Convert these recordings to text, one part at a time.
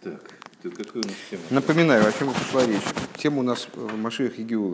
Так, тут какая у нас тема? Напоминаю, о чем пошла речь. Тема у нас Машиах и Геула.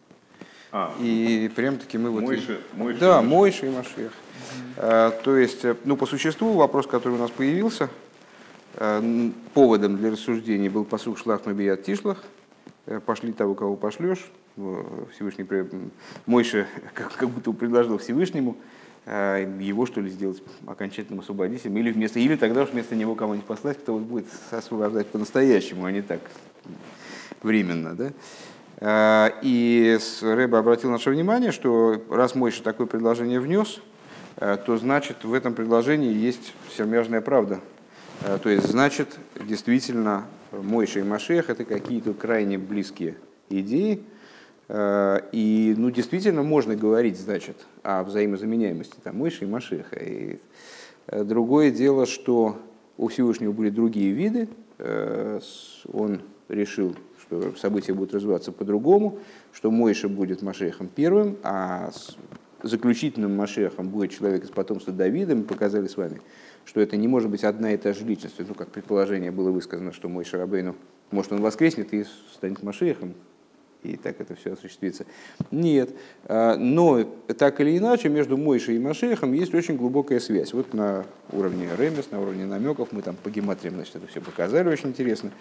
И прям-таки мы вот... Мойша и Машиах. То есть, по существу вопрос, который у нас появился, поводом для рассуждений был пасук шлах мабият тишлах. Пошли того, кого пошлешь. Всевышний Мойша как будто предложил Всевышнему его, что ли, сделать окончательным освободителем, или тогда уж вместо него кого-нибудь послать, кто вот будет освобождать по-настоящему, а не так временно. Да? И Рэбе обратил наше внимание, что раз Мойша такое предложение внес, то значит в этом предложении есть сермяжная правда. То есть значит действительно Мойша и Машиах это какие-то крайне близкие идеи. И действительно можно говорить, значит, о взаимозаменяемости Мойши и Машиаха. И другое дело, что у Всевышнего были другие виды. Он решил, что события будут развиваться по-другому, что Мойша будет Машиахом первым, а заключительным Машиахом будет человек из потомства Давида. Мы показали с вами, что это не может быть одна и та же личность. Как предположение было высказано, что Мойша Рабейну, может, он воскреснет и станет Машиахом, и так это все осуществится. Нет. Но так или иначе, между Мойшей и Машиахом есть очень глубокая связь. Вот на уровне ремес, на уровне намеков, мы там по гематриям, значит, это все показали, очень интересно.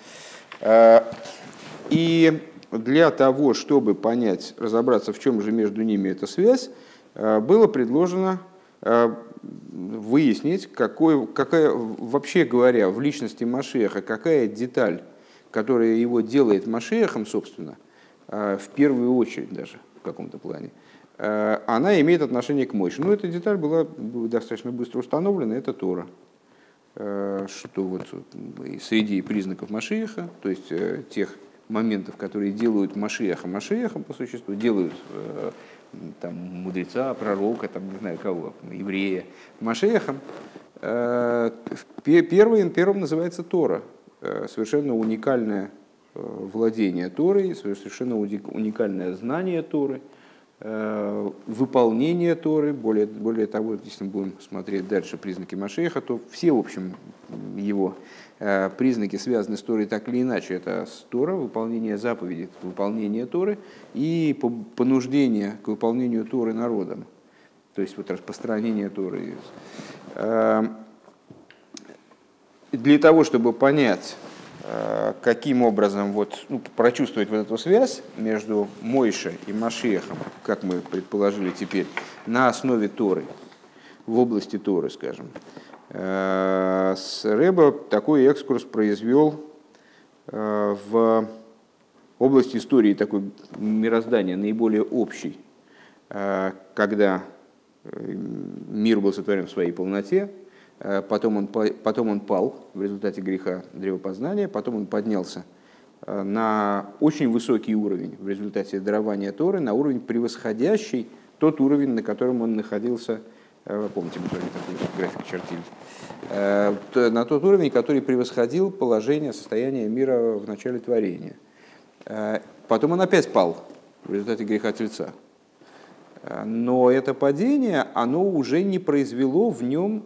И для того, чтобы понять, разобраться, в чем же между ними эта связь, было предложено выяснить, какая, вообще говоря, в личности Машиаха, какая деталь, которая его делает Машиахом, собственно, в первую очередь даже в каком-то плане, она имеет отношение к Мойше. Эта деталь была достаточно быстро установлена, это Тора. Что вот среди признаков Машиаха, то есть тех моментов, которые делают Машиаха Машиахом по существу, делают мудреца, пророка, не знаю кого, еврея Машиахом, первым называется Тора. Совершенно уникальное владение Торой, совершенно уникальное знание Торы, выполнение Торы. Более того, если мы будем смотреть дальше признаки Машиаха, то все, в общем, его признаки связаны с Торой так или иначе. Это Тора, выполнение заповедей, выполнение Торы и понуждение к выполнению Торы народом. То есть распространение Торы. Для того, чтобы понять, каким образом прочувствовать эту связь между Мойше и Машиахом, как мы предположили теперь, на основе Торы, в области Торы, скажем. Рэбе такой экскурс произвел в области истории такой мироздания, наиболее общей, когда мир был сотворен в своей полноте. Потом он пал в результате греха древопознания, потом он поднялся на очень высокий уровень в результате дарования Торы, на уровень, превосходящий тот уровень, на котором он находился, помните, мы тоже такой график чертили, на тот уровень, который превосходил положение, состояние мира в начале творения. Потом он опять пал в результате греха Тельца. Но это падение, оно уже не произвело в нем,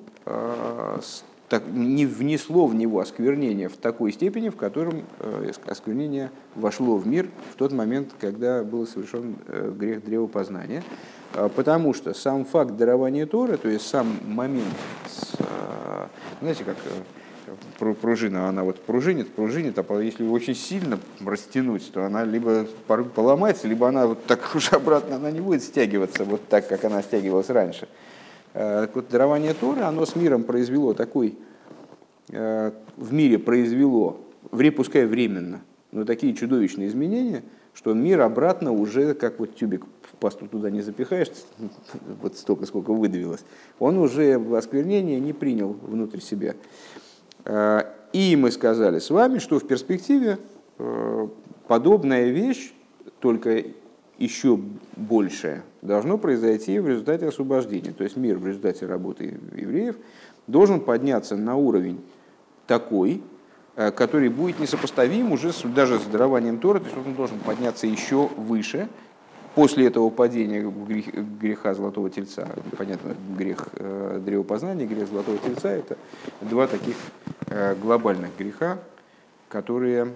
не внесло в него осквернение в такой степени, в котором осквернение вошло в мир в тот момент, когда был совершен грех древопознания. Потому что сам факт дарования Торы, то есть сам момент, знаете, как пружина, она пружинит, а если очень сильно растянуть, то она либо поломается, либо она так уж обратно она не будет стягиваться вот так, как она стягивалась раньше. Дарование Торы, оно с миром произвело в мире произвело, пускай временно, но такие чудовищные изменения, что мир обратно уже, как тюбик в пасту туда не запихаешь, вот столько, сколько выдавилось, он уже осквернение не принял внутрь себя. И мы сказали с вами, что в перспективе подобная вещь, только еще большее, должно произойти в результате освобождения. То есть мир в результате работы евреев должен подняться на уровень такой, который будет несопоставим уже даже с дарованием Торы, то есть он должен подняться еще выше. После этого падения греха Золотого Тельца, понятно, грех древопознания, грех Золотого Тельца, это два таких глобальных греха, которые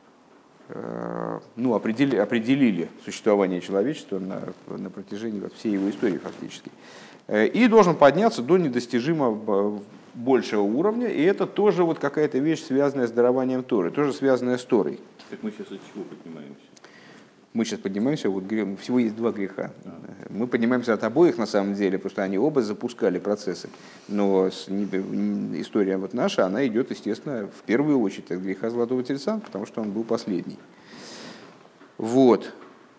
определили существование человечества на протяжении всей его истории фактически. И должен подняться до недостижимо большего уровня, и это тоже вот какая-то вещь, связанная с дарованием Торы, тоже связанная с Торой. Так мы сейчас от чего поднимаемся? Мы сейчас поднимаемся, всего есть два греха. Мы поднимаемся от обоих на самом деле, потому что они оба запускали процессы. Но история вот наша, она идет, естественно, в первую очередь от греха Золотого Тельца, потому что он был последний. Вот.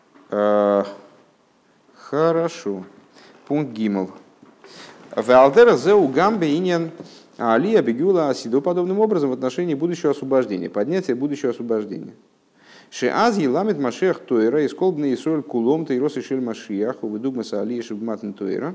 Хорошо. Пункт Гимл. Валдера зеу гамбе иньян алия бегюла асиду, подобным образом в отношении будущего освобождения, поднятия будущего освобождения. Шеаз еламит машех тойра, исколбный исоль кулом тейрос и шель машиях, увыдугмаса алия шибматн тойра.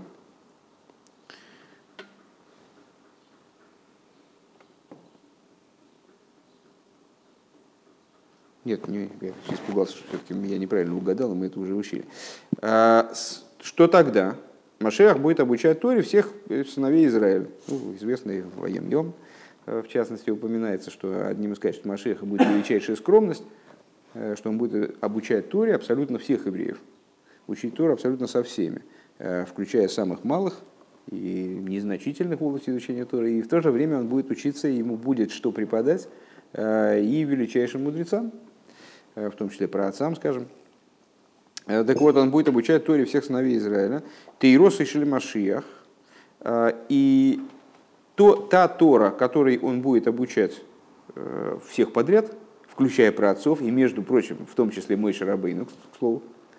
Нет, я испугался, что все-таки я неправильно угадал, и мы это уже учили. Что тогда? Машиах будет обучать Торе всех сыновей Израиля. Известный Ваем Йом, в частности, упоминается, что одним из качеств Машиаха будет величайшая скромность, что он будет обучать Торе абсолютно всех евреев. Учить Тору абсолютно со всеми, включая самых малых и незначительных в области изучения Торы. И в то же время он будет учиться, ему будет что преподать и величайшим мудрецам, в том числе праотцам, скажем. Так вот, он будет обучать Торе всех сыновей Израиля. Тейрос и Шелемашиях. И та Тора, которой он будет обучать всех подряд, включая праотцов, и, между прочим, в том числе Моше Рабейну, к слову,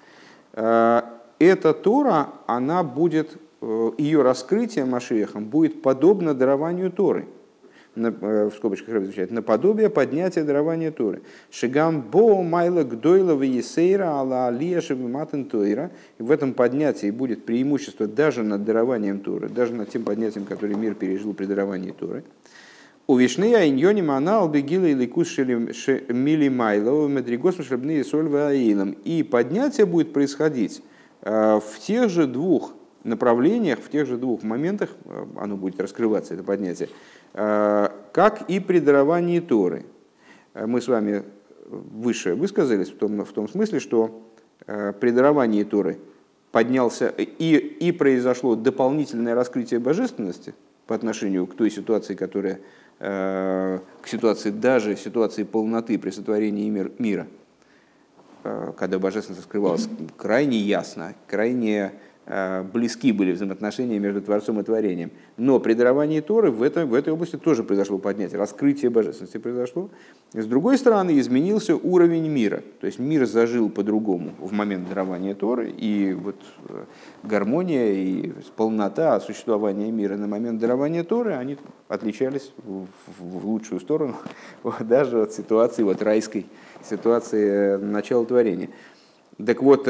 эта Тора, она будет, ее раскрытие Машиахом будет подобно дарованию Торы. В скобочках Рэбби звучит, наподобие поднятия дарования Торы. Шигам бо майла гдойла вейсейра ала алия шебиматен тойра. И в этом поднятии будет преимущество даже над дарованием Торы, даже над тем поднятием, которое мир пережил при даровании Торы. У вишнея иньони мана албегила и ликус мили майла медригос шебные соль ваилам. И поднятие будет происходить в тех же двух направлениях, в тех же двух моментах, оно будет раскрываться, это поднятие, как и при даровании Торы. Мы с вами выше высказались в том смысле, что при даровании Торы поднялся и произошло дополнительное раскрытие божественности по отношению к той ситуации, которая к ситуации, даже ситуации полноты при сотворении мира, когда божественность раскрывалась крайне ясно, крайне близки были взаимоотношения между Творцом и Творением. Но при даровании Торы в этой области тоже произошло поднятие, раскрытие божественности произошло. И с другой стороны, изменился уровень мира. То есть мир зажил по-другому в момент дарования Торы, и вот гармония и полнота существования мира на момент дарования Торы, они отличались в лучшую сторону, даже от ситуации вот райской, ситуации начала творения. Так вот,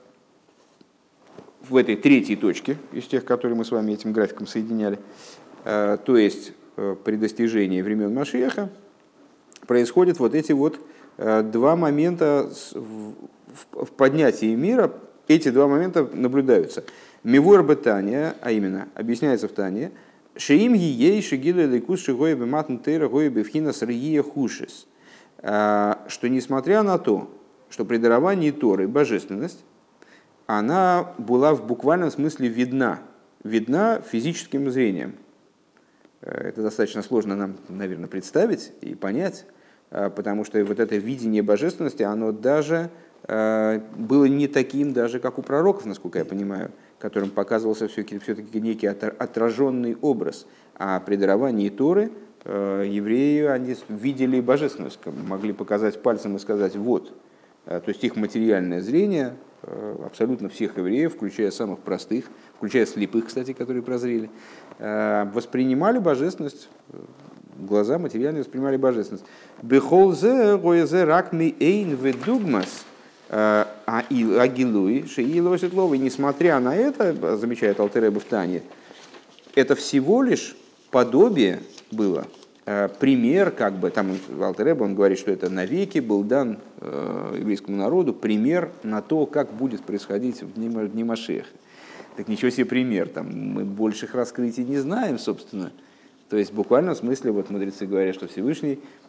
в этой третьей точке, из тех, которые мы с вами этим графиком соединяли, то есть при достижении времен Машиаха, происходят вот эти вот два момента в поднятии мира. Эти два момента наблюдаются. Мивуэр бетания, а именно, объясняется в Тане, шеим ей шигилы лейкус шигоя бематн тейра гоя бевхинас рия хушис, что несмотря на то, что при даровании Торы божественность, она была в буквальном смысле видна физическим зрением. Это достаточно сложно нам, наверное, представить и понять, потому что вот это видение божественности, оно даже было не таким, даже как у пророков, насколько я понимаю, которым показывался все-таки некий отраженный образ. А при даровании Торы евреи, они видели божественность, могли показать пальцем и сказать «вот». То есть их материальное зрение абсолютно всех евреев, включая самых простых, включая слепых, кстати, которые прозрели, воспринимали божественность, глаза материально воспринимали божественность. Бехолзе гоезе ракми эйн ведугмас агилуи шеилова светлова. И несмотря на это, замечает Алтер Ребе в Тане, это всего лишь подобие было, пример, как бы, там Алтер Ребе, он говорит, что это навеки был дан еврейскому народу пример на то, как будет происходить в дни Машиаха. Так ничего себе пример, там мы больших раскрытий не знаем, собственно. То есть в буквальном смысле вот мудрецы говорят, что Всевышний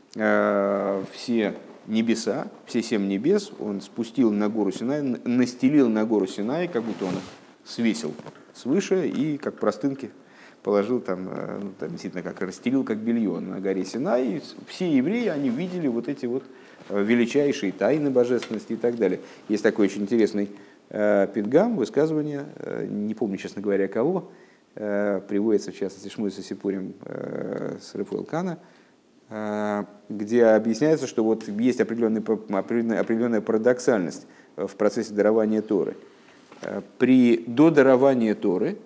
все небеса, все 7 небес он спустил на гору Синай, настелил на гору Синай, как будто он их свесил свыше и как простынки положил там, ну, там действительно как расстелил как белье на горе Синай. И все евреи, они видели вот эти вот величайшие тайны божественности и так далее. Есть такой очень интересный пидгам, высказывание, не помню, честно говоря, кого, приводится в частности Шмуэса Сипурим с Рефуэл Кана, где объясняется, что вот есть определенная парадоксальность в процессе дарования Торы. До дарования Торы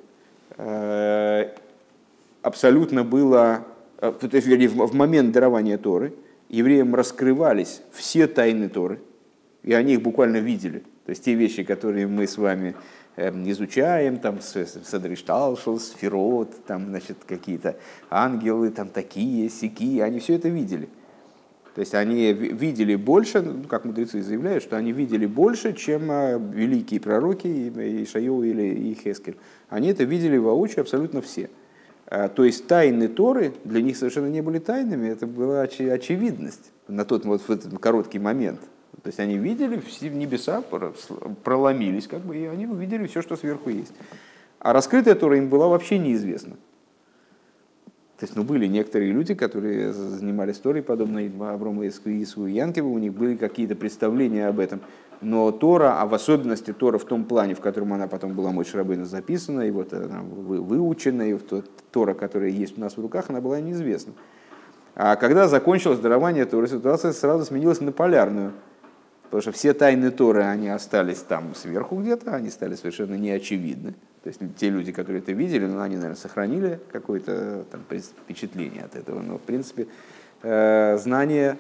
абсолютно было, то есть в момент дарования Торы евреям раскрывались все тайны Торы, и они их буквально видели. То есть те вещи, которые мы с вами изучаем, там Садришталшел, Сферот, там, значит, какие-то ангелы, там такие, сякие, они все это видели. То есть они видели больше, как мудрецы заявляют, что они видели больше, чем великие пророки Ишайяу или Хескель. Они это видели воочию абсолютно все. То есть тайны Торы для них совершенно не были тайнами, это была очевидность на тот вот в этот короткий момент. То есть они видели, все небеса проломились, как бы, и они увидели все, что сверху есть. А раскрытая Тора им была вообще неизвестна. То есть, были некоторые люди, которые занимались Торой, подобно Аврому Ису и Янкеву, у них были какие-то представления об этом. Но Тора, а в особенности Тора в том плане, в котором она потом была Моше Рабейну записана, и вот она выучена, и Тора, которая есть у нас в руках, она была неизвестна. А когда закончилось дарование Торы, ситуация сразу сменилась на полярную. Потому что все тайны Торы, они остались там сверху где-то, они стали совершенно неочевидны. То есть те люди, которые это видели, они, наверное, сохранили какое-то там впечатление от этого. Но, в принципе, знание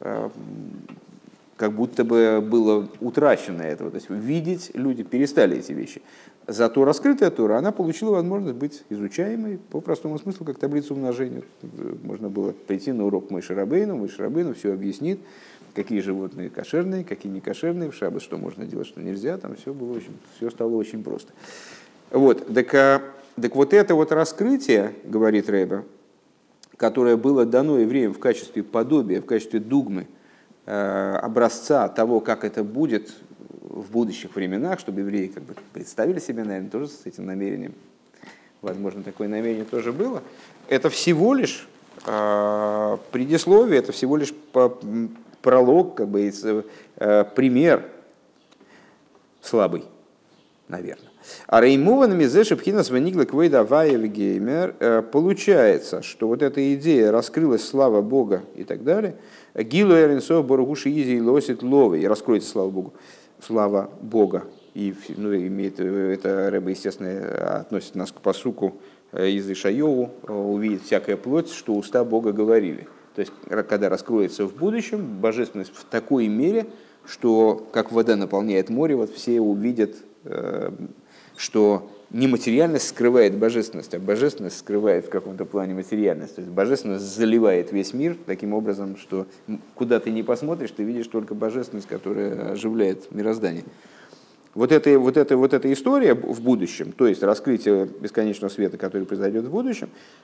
как будто бы было утрачено этого. То есть видеть люди перестали эти вещи. Зато раскрытая Тора, она получила возможность быть изучаемой по простому смыслу, как таблица умножения. Можно было прийти на урок Моше Рабейну все объяснит, какие животные кошерные, какие не кошерные, в шаббат что можно делать, что нельзя, там все стало очень просто. Вот, так вот это вот раскрытие, говорит Рейбе, которое было дано евреям в качестве подобия, в качестве дугмы, образца того, как это будет в будущих временах, чтобы евреи как бы представили себе, наверное, тоже с этим намерением, возможно, такое намерение тоже было, это всего лишь предисловие, это всего лишь пролог, как бы, пример слабый, наверное. А Реймуван Мизеши Пхинас Ванигла Квейдаваев Геймер, получается, что вот эта идея раскрылась, слава Бога и так далее. Гилу Эринсов Боргуши Изи и Лосит Ловы, и раскроется, слава Богу, слава Бога. И имеет это Рэбе, естественно, относит нас к пасуку из Ишайяу, увидит всякая плоть, что уста Бога говорили. То есть, когда раскроется в будущем божественность в такой мере, что, как вода наполняет море, вот все увидят, что не материальность скрывает божественность, а божественность скрывает в каком-то плане материальность. То есть божественность заливает весь мир таким образом, что куда ты ни посмотришь, ты видишь только божественность, которая оживляет мироздание. Вот эта история в будущем, то есть раскрытие бесконечного света, который произойдет в будущем,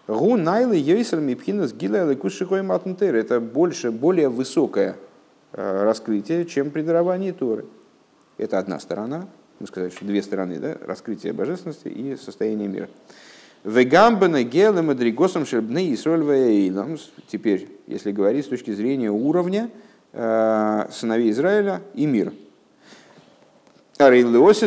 это более высокое раскрытие, чем при даровании Торы. Это одна сторона. Мы сказали, что две стороны, да? Раскрытие божественности и состояние мира. Теперь, если говорить с точки зрения уровня сыновей Израиля и мира. Уже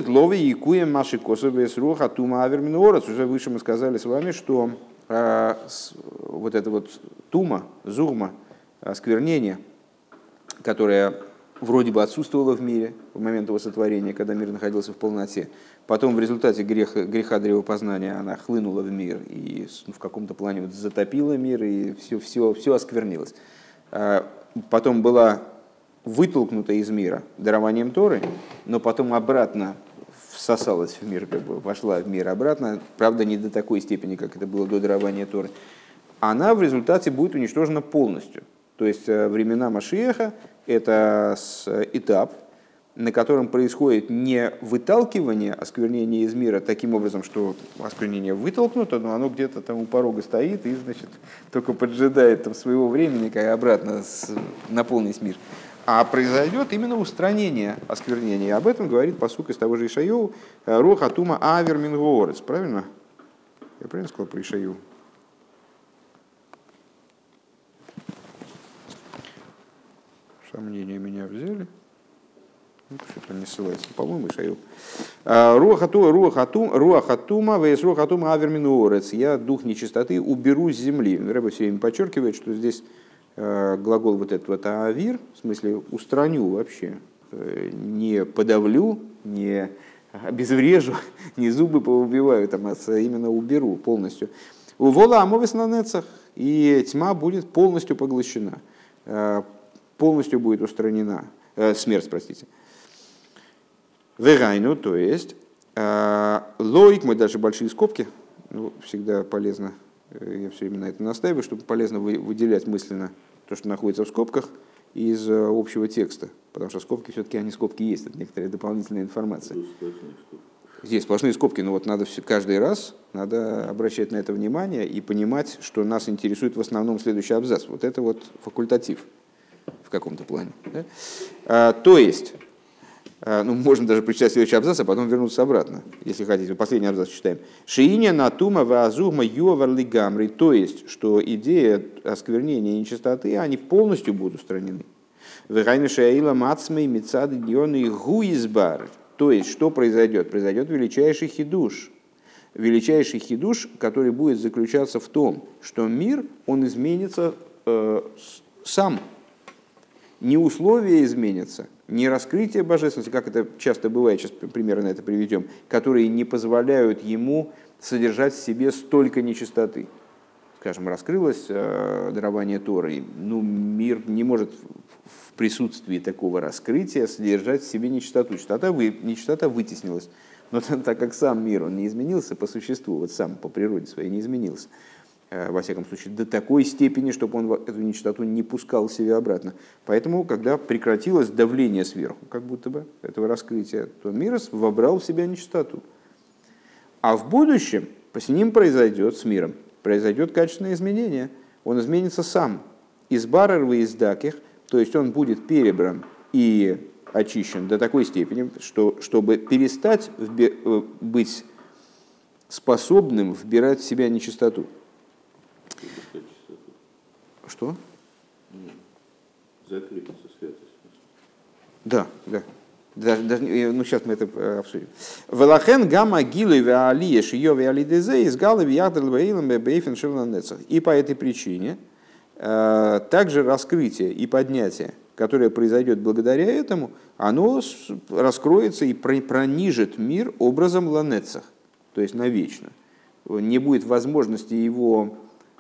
выше мы сказали с вами, что вот это вот тума, зурма, осквернение, которое вроде бы отсутствовало в мире в момент его сотворения, когда мир находился в полноте. Потом в результате греха древопознания она хлынула в мир и в каком-то плане вот затопила мир, и все осквернилось. Потом была вытолкнута из мира дарованием Торы, но потом обратно всосалась в мир, как бы вошла в мир обратно, правда, не до такой степени, как это было до дарования Торы. Она в результате будет уничтожена полностью. То есть времена Машиаха – это этап, на котором происходит не выталкивание осквернения из мира таким образом, что осквернение вытолкнуто, но оно где-то там у порога стоит и, значит, только поджидает там своего времени, как обратно наполнить мир. А произойдет именно устранение осквернения. Об этом говорит пасук из того же Ишайоу: «Руах атума авер мин гоорец». Правильно? Я правильно сказал про Ишайоу? Сомнения меня взяли. Что-то не ссылается. По-моему, Ишайоу. «Руах атума вес руах атума авер мин гоорец». «Я дух нечистоты уберу с земли». Рэбе все время подчеркивает, что здесь глагол вот этот вот авир, в смысле устраню вообще, не подавлю, не обезврежу, не зубы поубиваю, там, а именно уберу полностью. Увола амовес на нецах, и тьма будет полностью поглощена, полностью будет устранена, смерть, простите. Вегайну, то есть, лоик, мы даже большие скобки, ну, всегда полезно, я все время на это настаиваю, чтобы полезно выделять мысленно то, что находится в скобках, из общего текста, потому что скобки все-таки, они скобки есть, это некоторая дополнительная информация. Здесь сплошные скобки, но вот надо каждый раз надо обращать на это внимание и понимать, что нас интересует в основном следующий абзац. Вот это вот факультатив в каком-то плане. Да? То есть, ну, можно даже прочитать следующий абзац, а потом вернуться обратно, если хотите. Последний абзац читаем. «Шииня натума ваазугма юаварли гамри». То есть, что идея осквернения и нечистоты, они полностью будут устранены. «Вегайна шаила мацмей мицады гионы гуизбар». То есть, что произойдет? Произойдет величайший хидуш. Величайший хидуш, который будет заключаться в том, что мир, он изменится сам. Не условия изменятся, не раскрытие божественности, как это часто бывает, сейчас примерно это приведем, которые не позволяют ему содержать в себе столько нечистоты. Скажем, раскрылось дарование Торы, ну, мир не может в присутствии такого раскрытия содержать в себе нечистоту. Нечистота вытеснилась. Но так как сам мир, он не изменился по существу, вот сам по природе своей не изменился, во всяком случае, до такой степени, чтобы он эту нечистоту не пускал в себя обратно. Поэтому, когда прекратилось давление сверху, как будто бы, этого раскрытия, то мир вобрал в себя нечистоту. А в будущем с ним произойдет, с миром, произойдет качественное изменение. Он изменится сам. Из барар из даких, то есть он будет перебран и очищен до такой степени, что, чтобы перестать быть способным вбирать в себя нечистоту. Что? Закрыться святость. Да, да. Даже, ну, сейчас мы это обсудим. Велахен гамма гилы веалия шиёве алидезе из галы вяхдал вейлам бейфен шелнанецах. И по этой причине также раскрытие и поднятие, которое произойдет благодаря этому, оно раскроется и пронижит мир образом ланецах, то есть навечно. Не будет возможности его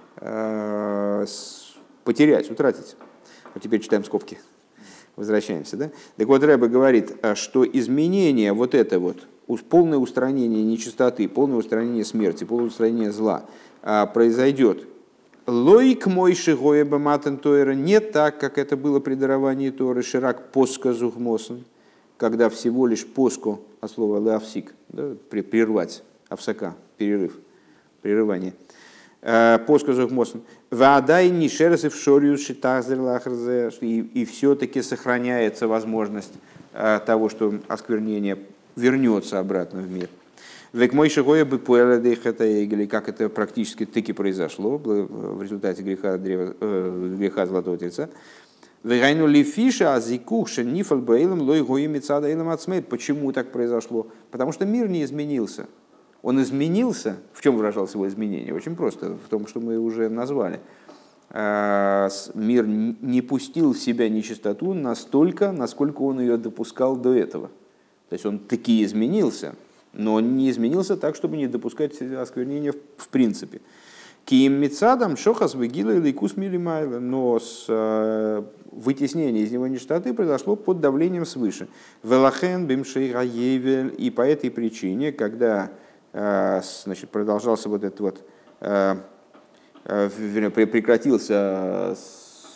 потерять, утратить. Вот теперь читаем скобки. Возвращаемся. Да? Так вот, Рэбе говорит, что изменение вот это вот, полное устранение нечистоты, полное устранение смерти, полное устранение зла произойдет лоик мой шигоеба матен тойра, не так, как это было при даровании Торы, ширак поска зухмосен, когда всего лишь поску, от слова леавсик, да, прервать, авсака, перерыв, прерывание. Поска зухмосен. Ваадай нишерсы в шорию шитахзер лахрзе, и все-таки сохраняется возможность того, что осквернение вернется обратно в мир. Век мой шагоя бы или как это практически таки произошло в результате греха Золотого Тельца. Вегайну лифиша азикуша нифал бейлем лой гоими цада эйлем ацмейт. Почему так произошло? Потому что мир не изменился. Он изменился. В чем выражалось его изменение? Очень просто. В том, что мы уже назвали. Мир не пустил в себя нечистоту настолько, насколько он ее допускал до этого. То есть он таки изменился, но он не изменился так, чтобы не допускать осквернения в принципе. Киим мицадам шохас вегила или кус милимайла, но вытеснение из него нечистоты произошло под давлением свыше. Велахен бимшей гаевель, и по этой причине, когда значит, продолжался вот этот вот, прекратился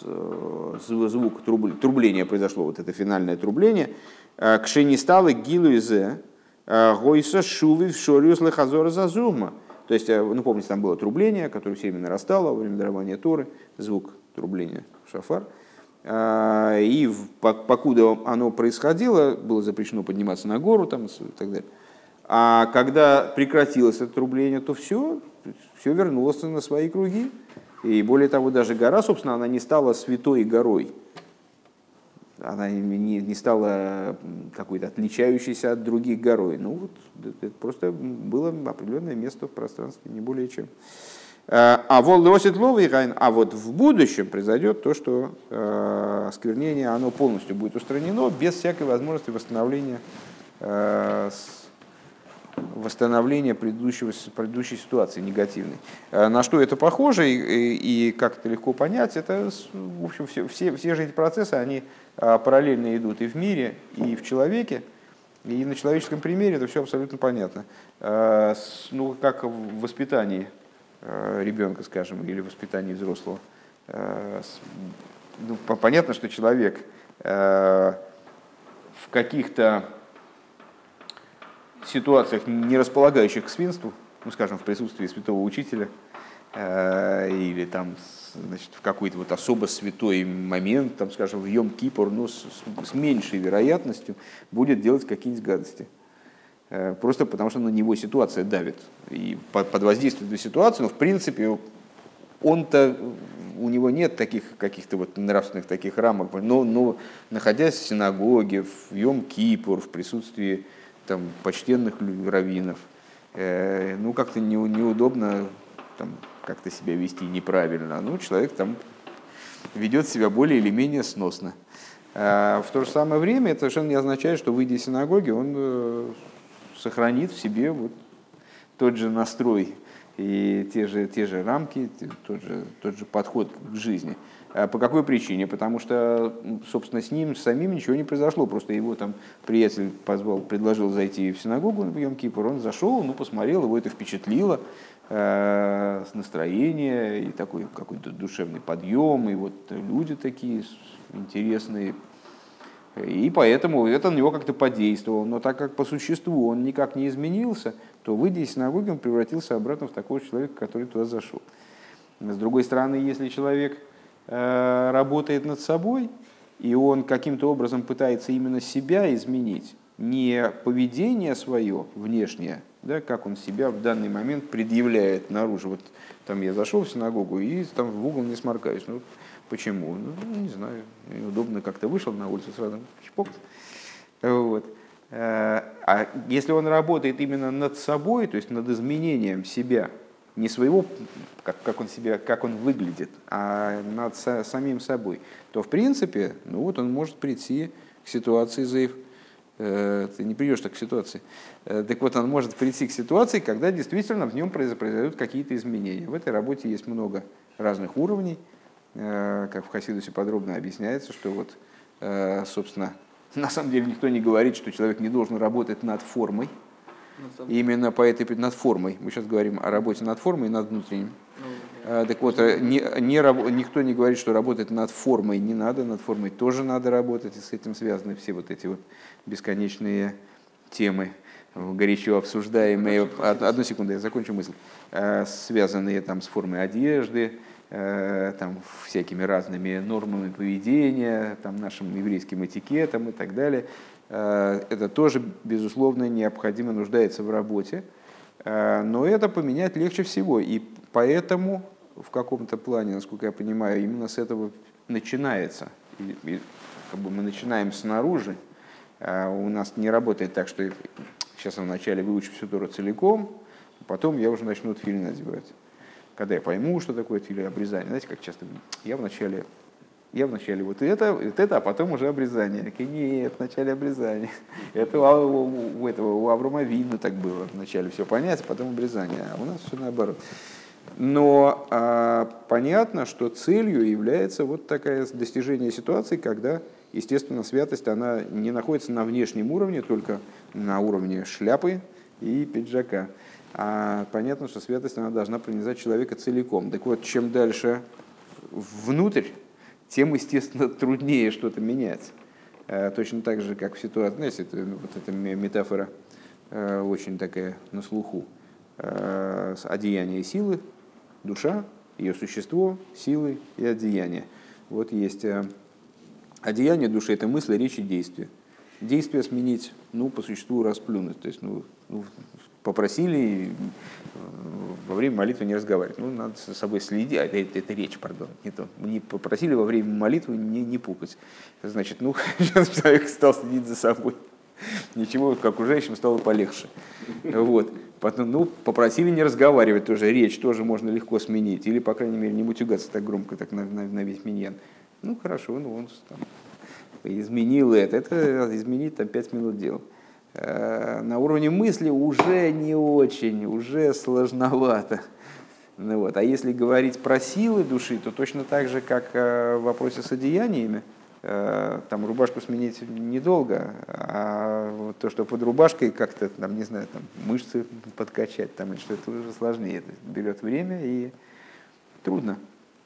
звук трубления произошло, вот это финальное трубление, кшени стало гилуизе, гойса шуви в шориус лехазора зазума. То есть, ну, помните, там было трубление, которое все время нарастало во время дарования Торы, звук трубления шафар. И покуда оно происходило, было запрещено подниматься на гору там, и так далее. А когда прекратилось это трубление, то все вернулось на свои круги. И более того, даже гора, собственно, она не стала святой горой. Она не стала какой-то отличающейся от других горой. Ну, вот, это просто было определенное место в пространстве, не более чем. А вот в будущем произойдет то, что осквернение оно полностью будет устранено без всякой возможности восстановления предыдущей ситуации негативной. На что это похоже и как это легко понять, это, в общем, все же эти процессы, они параллельно идут и в мире, и в человеке, и на человеческом примере это все абсолютно понятно. Ну, как в воспитании ребенка, скажем, или в воспитании взрослого. Ну, понятно, что человек в каких-то ситуациях, не располагающих к свинству, ну, скажем, в присутствии святого учителя, или там, значит, в какой-то вот особо святой момент, там, скажем, в Йом-Кипур, ну, с меньшей вероятностью будет делать какие-нибудь гадости. Просто потому что на него ситуация давит. И под воздействием этой ситуации, ну, в принципе, у него нет таких каких-то вот нравственных таких рамок, но находясь в синагоге, в Йом-Кипур, в присутствии там почтенных раввинов, ну, как-то неудобно там, как-то себя вести неправильно. Ну, человек там ведет себя более или менее сносно. В то же самое время это совершенно не означает, что, выйдя из синагоги, он сохранит в себе вот тот же настрой и те же рамки, тот же подход к жизни. По какой причине? Потому что, собственно, с ним самим ничего не произошло. Просто его там приятель предложил зайти в синагогу в Йом-Кипур, он зашел, ну, посмотрел, его это впечатлило, с настроения, и такой какой-то душевный подъем, и вот люди такие интересные. И поэтому это на него как-то подействовало. Но так как по существу он никак не изменился, то, выйдя из синагоги, он превратился обратно в такого человека, который туда зашел. С другой стороны, если человек работает над собой, и он каким-то образом пытается именно себя изменить, не поведение свое внешнее, да, как он себя в данный момент предъявляет наружу. Вот там я зашел в синагогу и там в угол не сморкаюсь. Ну, почему? Ну, не знаю. Неудобно, как-то вышел на улицу сразу, чпок. Вот. А если он работает именно над собой, то есть над изменением себя, не своего, как он выглядит, а над самим собой, то в принципе, ну вот он может прийти к ситуации зейф. Ты не придешь так к ситуации. Так вот, он может прийти к ситуации, когда действительно в нем произойдут какие-то изменения. В этой работе есть много разных уровней. Как в Хасидусе подробно объясняется, что вот, собственно, на самом деле никто не говорит, что человек не должен работать над формой. Именно по этой над формой. Мы сейчас говорим о работе над формой и над внутренним. Так вот, никто не говорит, что работать над формой не надо, над формой тоже надо работать, и с этим связаны все вот эти вот бесконечные темы, горячо обсуждаемые. Одну секунду, я закончу мысль. Связанные там с формой одежды, там, всякими разными нормами поведения, там, нашим еврейским этикетом и так далее. Это тоже, безусловно, необходимо, нуждается в работе, но это поменять легче всего. И поэтому в каком-то плане, насколько я понимаю, именно с этого начинается. И как бы мы начинаем снаружи. У нас не работает так, что сейчас я вначале выучу всю Тору целиком, а потом я уже начну тфилин надевать. Когда я пойму, что такое тфилин, обрезание. Знаете, как часто я вначале вот это, а потом уже обрезание. Нет, вначале обрезание. Это у Аврома Авину так было. Вначале все понять, а потом обрезание. А у нас все наоборот. Но понятно, что целью является вот такое достижение ситуации, когда, естественно, святость она не находится на внешнем уровне, только на уровне шляпы и пиджака. А понятно, что святость она должна пронизать человека целиком. Так вот, чем дальше внутрь, тем, естественно, труднее что-то менять. Точно так же, как в ситуации, знаете, вот эта метафора очень такая на слуху. Одеяние силы, душа, ее существо, силы и одеяние. Вот есть одеяние души — это мысль, речь и действие. Действие сменить, по существу расплюнуть. То есть, попросили во время молитвы не разговаривать. Надо за собой следить. Это речь, пардон, не то. Не попросили во время молитвы не пукать. Значит, сейчас человек стал следить за собой. Ничего, к окружающим стало полегче. Вот. Потом, попросили не разговаривать тоже. Речь тоже можно легко сменить. Или, по крайней мере, не мутюгаться так громко, так на весь миньян. Хорошо, он там изменил это. Это изменить 5 минут дел. На уровне мысли уже не очень, уже сложновато. А если говорить про силы души, то точно так же, как в вопросе с одеяниями, там рубашку сменить недолго, а вот то, что под рубашкой как-то, мышцы подкачать, или что-то уже сложнее. Это берет время и трудно.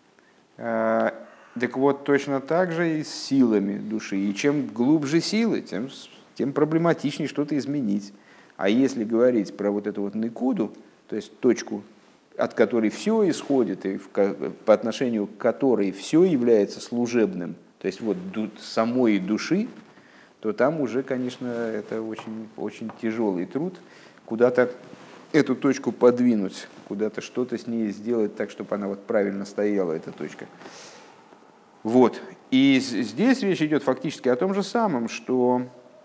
Так вот, точно так же и с силами души. И чем глубже силы, тем проблематичнее что-то изменить. А если говорить про вот эту вот никуду, то есть точку, от которой все исходит, и по отношению к которой все является служебным, то есть вот самой души, то там уже, конечно, это очень, очень тяжелый труд, куда-то эту точку подвинуть, куда-то что-то с ней сделать так, чтобы она вот правильно стояла, эта точка. Вот. И здесь речь идет фактически о том же самом, что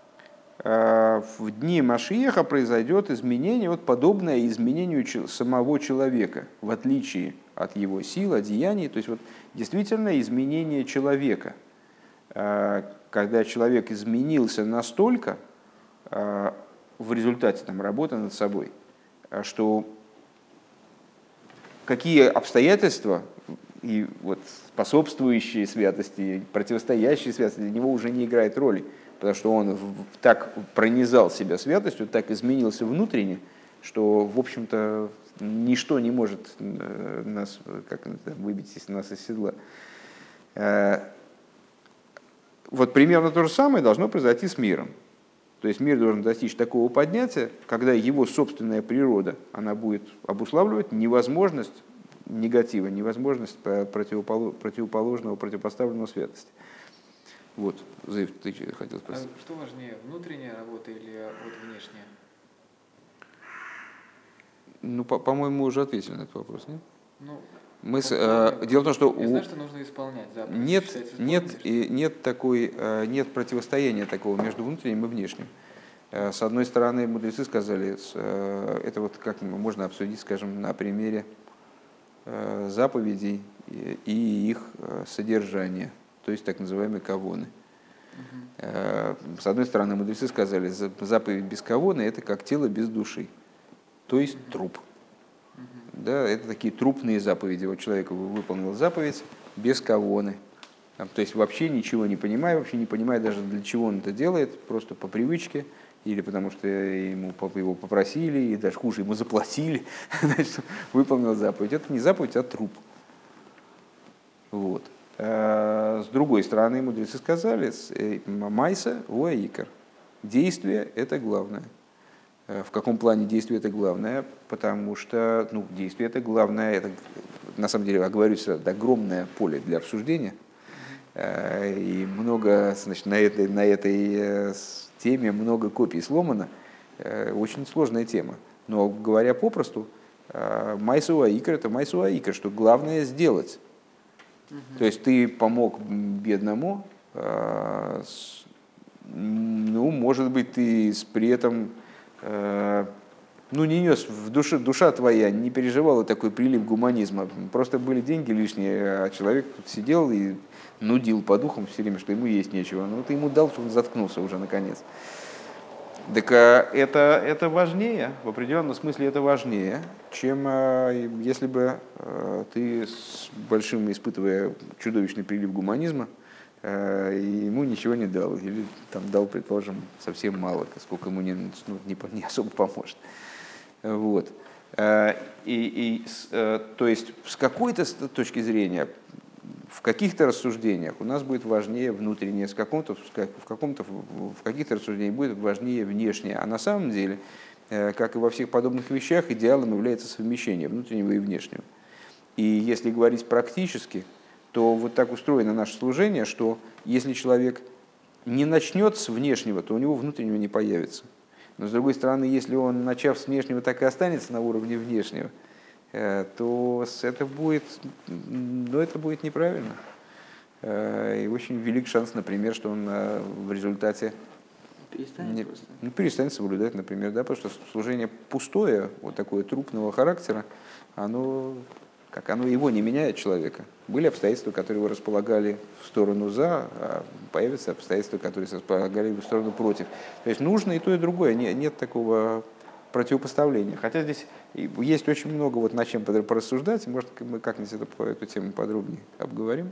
в дни Машиаха произойдет изменение, подобное изменению самого человека, в отличие от его сил, одеяний. То есть действительно изменение человека. Когда человек изменился настолько в результате работы над собой, что какие обстоятельства и способствующие святости, противостоящие святости для него уже не играет роли. Потому что он так пронизал себя святостью, так изменился внутренне, что, в общем-то, ничто не может нас выбить нас из седла. Примерно то же самое должно произойти с миром. То есть мир должен достичь такого поднятия, когда его собственная природа, она будет обуславливать невозможность негатива, невозможность противоположного, противопоставленного святости. Зоив, ты хотел спросить? А что важнее, внутренняя работа или внешняя? По-моему, уже ответили на этот вопрос, нет? Дело в том, что я знаю, что нужно исполнять заповедь. Нет противостояния такого между внутренним и внешним. С одной стороны, мудрецы сказали, это как можно обсудить, скажем, на примере заповедей и их содержания, то есть так называемые кавоны. С одной стороны, мудрецы сказали, заповедь без кавоны — это как тело без души, то есть труп. Да, это такие трупные заповеди. Человек выполнил заповедь без кавоны, то есть вообще ничего не понимая, даже для чего он это делает, просто по привычке, или потому что его попросили, и даже хуже, ему заплатили, значит, выполнил заповедь. Это не заповедь, а труп. С другой стороны, мудрецы сказали, майса уаикар. Действие – это главное. В каком плане действие – это главное? Потому что действие – это главное. Это, на самом деле, оговорюсь, это огромное поле для обсуждения. И много, на этой теме много копий сломано. Очень сложная тема. Но говоря попросту, майса уаикар – это майса уаикар, что главное сделать. То есть ты помог бедному, может быть, ты при этом не нес в душе, душа твоя не переживала такой прилив гуманизма. Просто были деньги лишние, а человек тут сидел и нудил по духам все время, что ему есть нечего. Ты ему дал, чтобы он заткнулся уже наконец. Так это важнее, в определенном смысле это важнее, чем если бы ты с большим, испытывая чудовищный прилив гуманизма, ему ничего не дал, или дал, предположим, совсем мало, сколько ему не особо поможет. То есть с какой-то точки зрения в каких-то рассуждениях у нас будет важнее внутреннее, в каких-то рассуждениях будет важнее внешнее. А на самом деле, как и во всех подобных вещах, идеалом является совмещение внутреннего и внешнего. И если говорить практически, то вот так устроено наше служение, что если человек не начнет с внешнего, то у него внутреннего не появится. Но с другой стороны, если он, начав с внешнего, так и останется на уровне внешнего, то это будет неправильно. И очень велик шанс, например, что он в результате перестанет соблюдать, например, да, потому что служение пустое, вот такое трупного характера, оно его не меняет человека. Были обстоятельства, которые его располагали в сторону за, а появятся обстоятельства, которые располагали в сторону против. То есть нужно и то, и другое. Нет такого противопоставления. Хотя здесь есть очень много вот над чем порассуждать. Может, мы как-нибудь эту тему подробнее обговорим.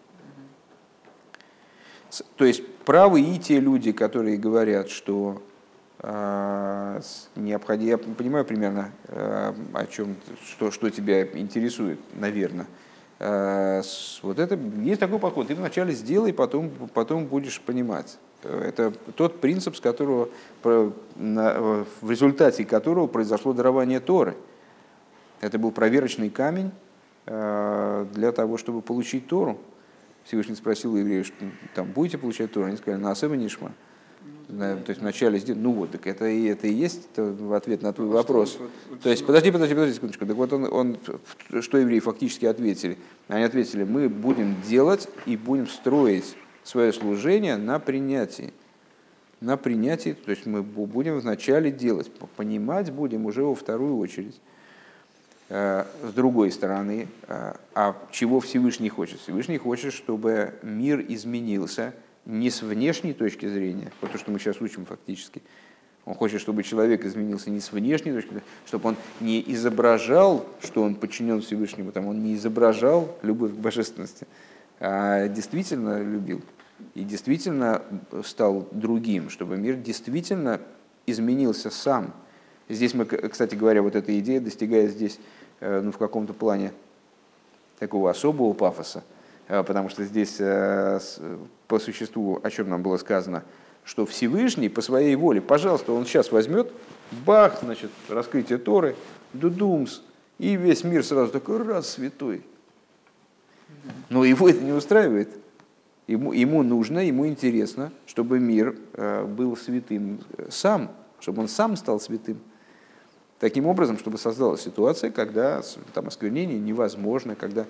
То есть правы и те люди, которые говорят, что необходимо, я понимаю примерно, о чем, что тебя интересует, наверное. Вот это есть такой подход. Ты вначале сделай, потом будешь понимать. Это тот принцип, с которого, в результате которого произошло дарование Торы. Это был проверочный камень для того, чтобы получить Тору. Всевышний спросил у евреев, что там будете получать Тору? Они сказали, наасэма нишма. То есть вначале сделать, ну вот, так это и есть в ответ на твой вопрос. То есть, подожди секундочку. Так вот он что евреи фактически ответили? Они ответили, мы будем делать и будем строить свое служение на принятии. На принятии, то есть мы будем вначале делать, понимать будем уже во вторую очередь. С другой стороны, а чего Всевышний хочет? Всевышний хочет, чтобы мир изменился не с внешней точки зрения, вот то, что мы сейчас учим фактически. Он хочет, чтобы человек изменился не с внешней точки зрения, чтобы он не изображал, что он подчинен Всевышнему, там, он не изображал любовь к божественности, а действительно любил и действительно стал другим, чтобы мир действительно изменился сам. Здесь мы, кстати говоря, вот эта идея достигает здесь в каком-то плане такого особого пафоса, потому что здесь по существу, о чем нам было сказано, что Всевышний по своей воле, пожалуйста, он сейчас возьмет, бах, значит, раскрытие Торы, дудумс, и весь мир сразу такой раз святой. Но его это не устраивает. Ему нужно, ему интересно, чтобы мир был святым сам, чтобы он сам стал святым. Таким образом, чтобы создалась ситуация, когда там осквернение невозможно, когда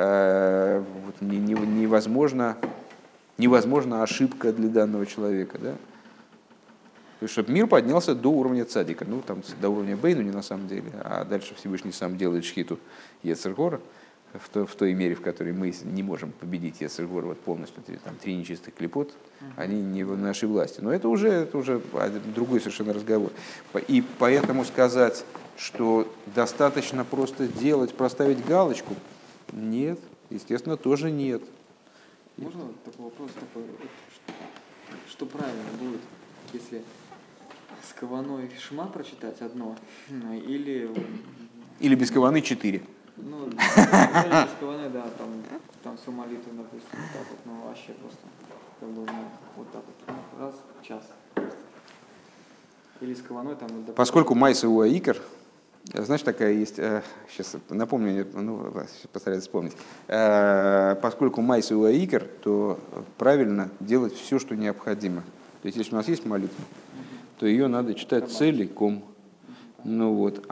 невозможна ошибка для данного человека. Да? То есть, чтобы мир поднялся до уровня цадика, ну там до уровня Бейнуни на самом деле, а дальше Всевышний сам делает шхиту Йецер гора в той мере, в которой мы не можем победить Йецер гора вот полностью, там 3 нечистых клипот, они не в нашей власти. Но это уже другой совершенно разговор. И поэтому сказать, что достаточно просто делать, проставить галочку, нет, естественно, тоже нет. Можно такой вопрос, что правильно будет, если с каваной шма прочитать одно, или без каваны 4. Ну, без каваны, да, там всю молитву, допустим, вот так вот, ну вообще просто, как бы, вот так вот, раз, час. Или с каваной там... Допустим, поскольку майса у аикер, знаешь, такая есть, сейчас напомню, постараюсь вспомнить. Поскольку майса у аикер, то правильно делать все, что необходимо. То есть, если у нас есть молитва, то ее надо читать целиком. Ну вот,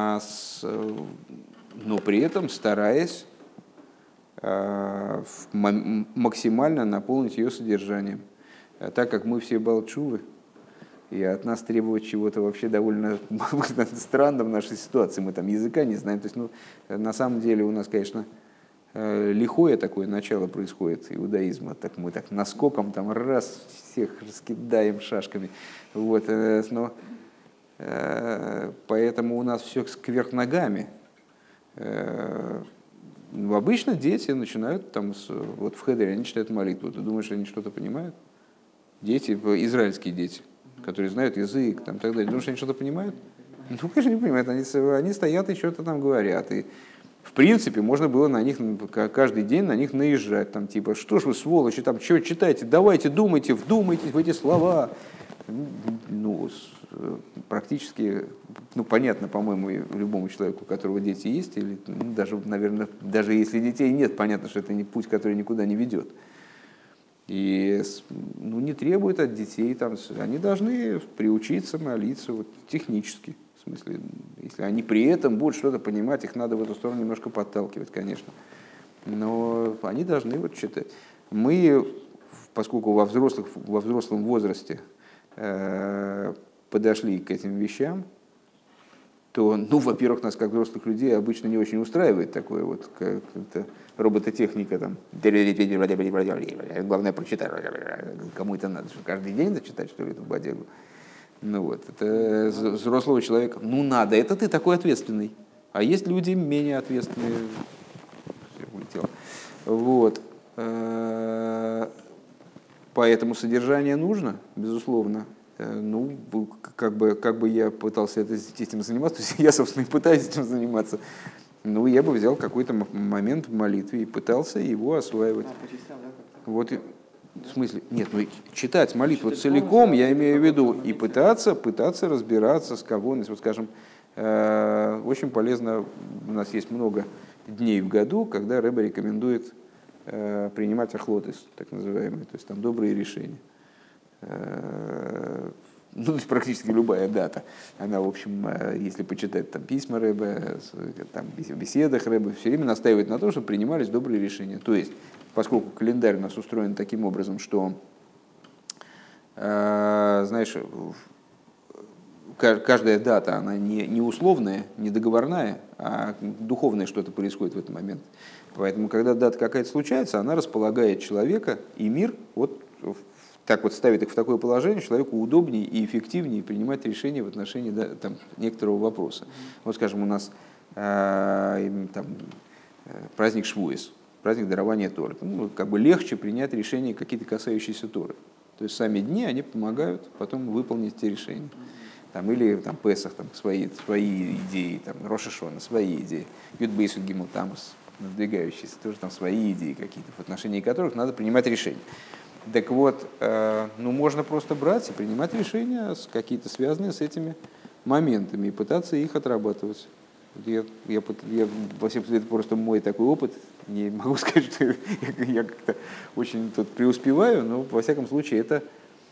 но при этом стараясь максимально наполнить ее содержанием. Так как мы все балтшувы, и от нас требовать чего-то вообще довольно странно в нашей ситуации. Мы там языка не знаем. То есть, на самом деле у нас, конечно, лихое такое начало происходит иудаизма. Так мы так наскоком там раз всех раскидаем шашками. Вот, но поэтому у нас все кверх ногами. Обычно дети начинают там, вот в хедере они читают молитву. Ты думаешь, они что-то понимают? Дети, израильские дети, которые знают язык, там, так далее. Думаешь, они что-то понимают? Ну, конечно, не понимают. Они стоят и что-то там говорят. И в принципе, можно было на них каждый день на них наезжать, там, типа, что ж вы, сволочи, там, что читаете, давайте, думайте, вдумайтесь в эти слова. Ну, практически, ну, понятно, по-моему, любому человеку, у которого дети есть, или ну, даже, наверное, даже если детей нет, понятно, что это не путь, который никуда не ведет. И ну, не требует от детей, там, они должны приучиться молиться вот, технически. В смысле, если они при этом будут что-то понимать, их надо в эту сторону немножко подталкивать, конечно. Но они должны вот читать. Мы, поскольку во взрослом возрасте подошли к этим вещам, то, ну, во-первых, нас, как взрослых людей, обычно не очень устраивает такое вот как-то робототехника, там, главное прочитать, кому это надо, что каждый день зачитать, что ли, эту бодягу. Ну вот, это взрослого человека, ну надо, это ты такой ответственный. А есть люди менее ответственные. Все, улетело. Вот. Поэтому содержание нужно, безусловно. Ну, как бы я пытался этим заниматься, то есть я, собственно, и пытаюсь этим заниматься. Ну, я бы взял какой-то момент в молитве и пытался его осваивать. Вот, в смысле, нет, ну читать молитву целиком, я имею в виду, и пытаться разбираться с кого-нибудь. Вот, скажем, очень полезно, у нас есть много дней в году, когда Ребе рекомендует принимать ахлотис, так называемые, то есть там добрые решения. Ну, то есть практически любая дата. Она, в общем, если почитать там письма Ребе, там, в беседах Ребе, все время настаивает на том, чтобы принимались добрые решения. То есть, поскольку календарь у нас устроен таким образом, что, знаешь, каждая дата, она не условная, не договорная, а духовное что-то происходит в этот момент. Поэтому, когда дата какая-то случается, она располагает человека и мир, вот так вот ставит их в такое положение, человеку удобнее и эффективнее принимать решения в отношении там, некоторого вопроса. Вот, скажем, у нас там, праздник Швуэс, праздник дарования Торы. Ну, как бы легче принять решения какие-то касающиеся Торы. То есть сами дни, они помогают потом выполнить эти решения. Там, или там, Песах, там, свои идеи, там, Рош ха-Шана, свои идеи, Юд Бейсу Гимл Тамас, надвигающиеся, тоже там свои идеи какие-то, в отношении которых надо принимать решения. Так вот, ну, можно просто брать и принимать решения, какие-то связанные с этими моментами, и пытаться их отрабатывать. Я, во всем случае, это просто мой такой опыт. Не могу сказать, что я как-то очень тут преуспеваю, но, во всяком случае, это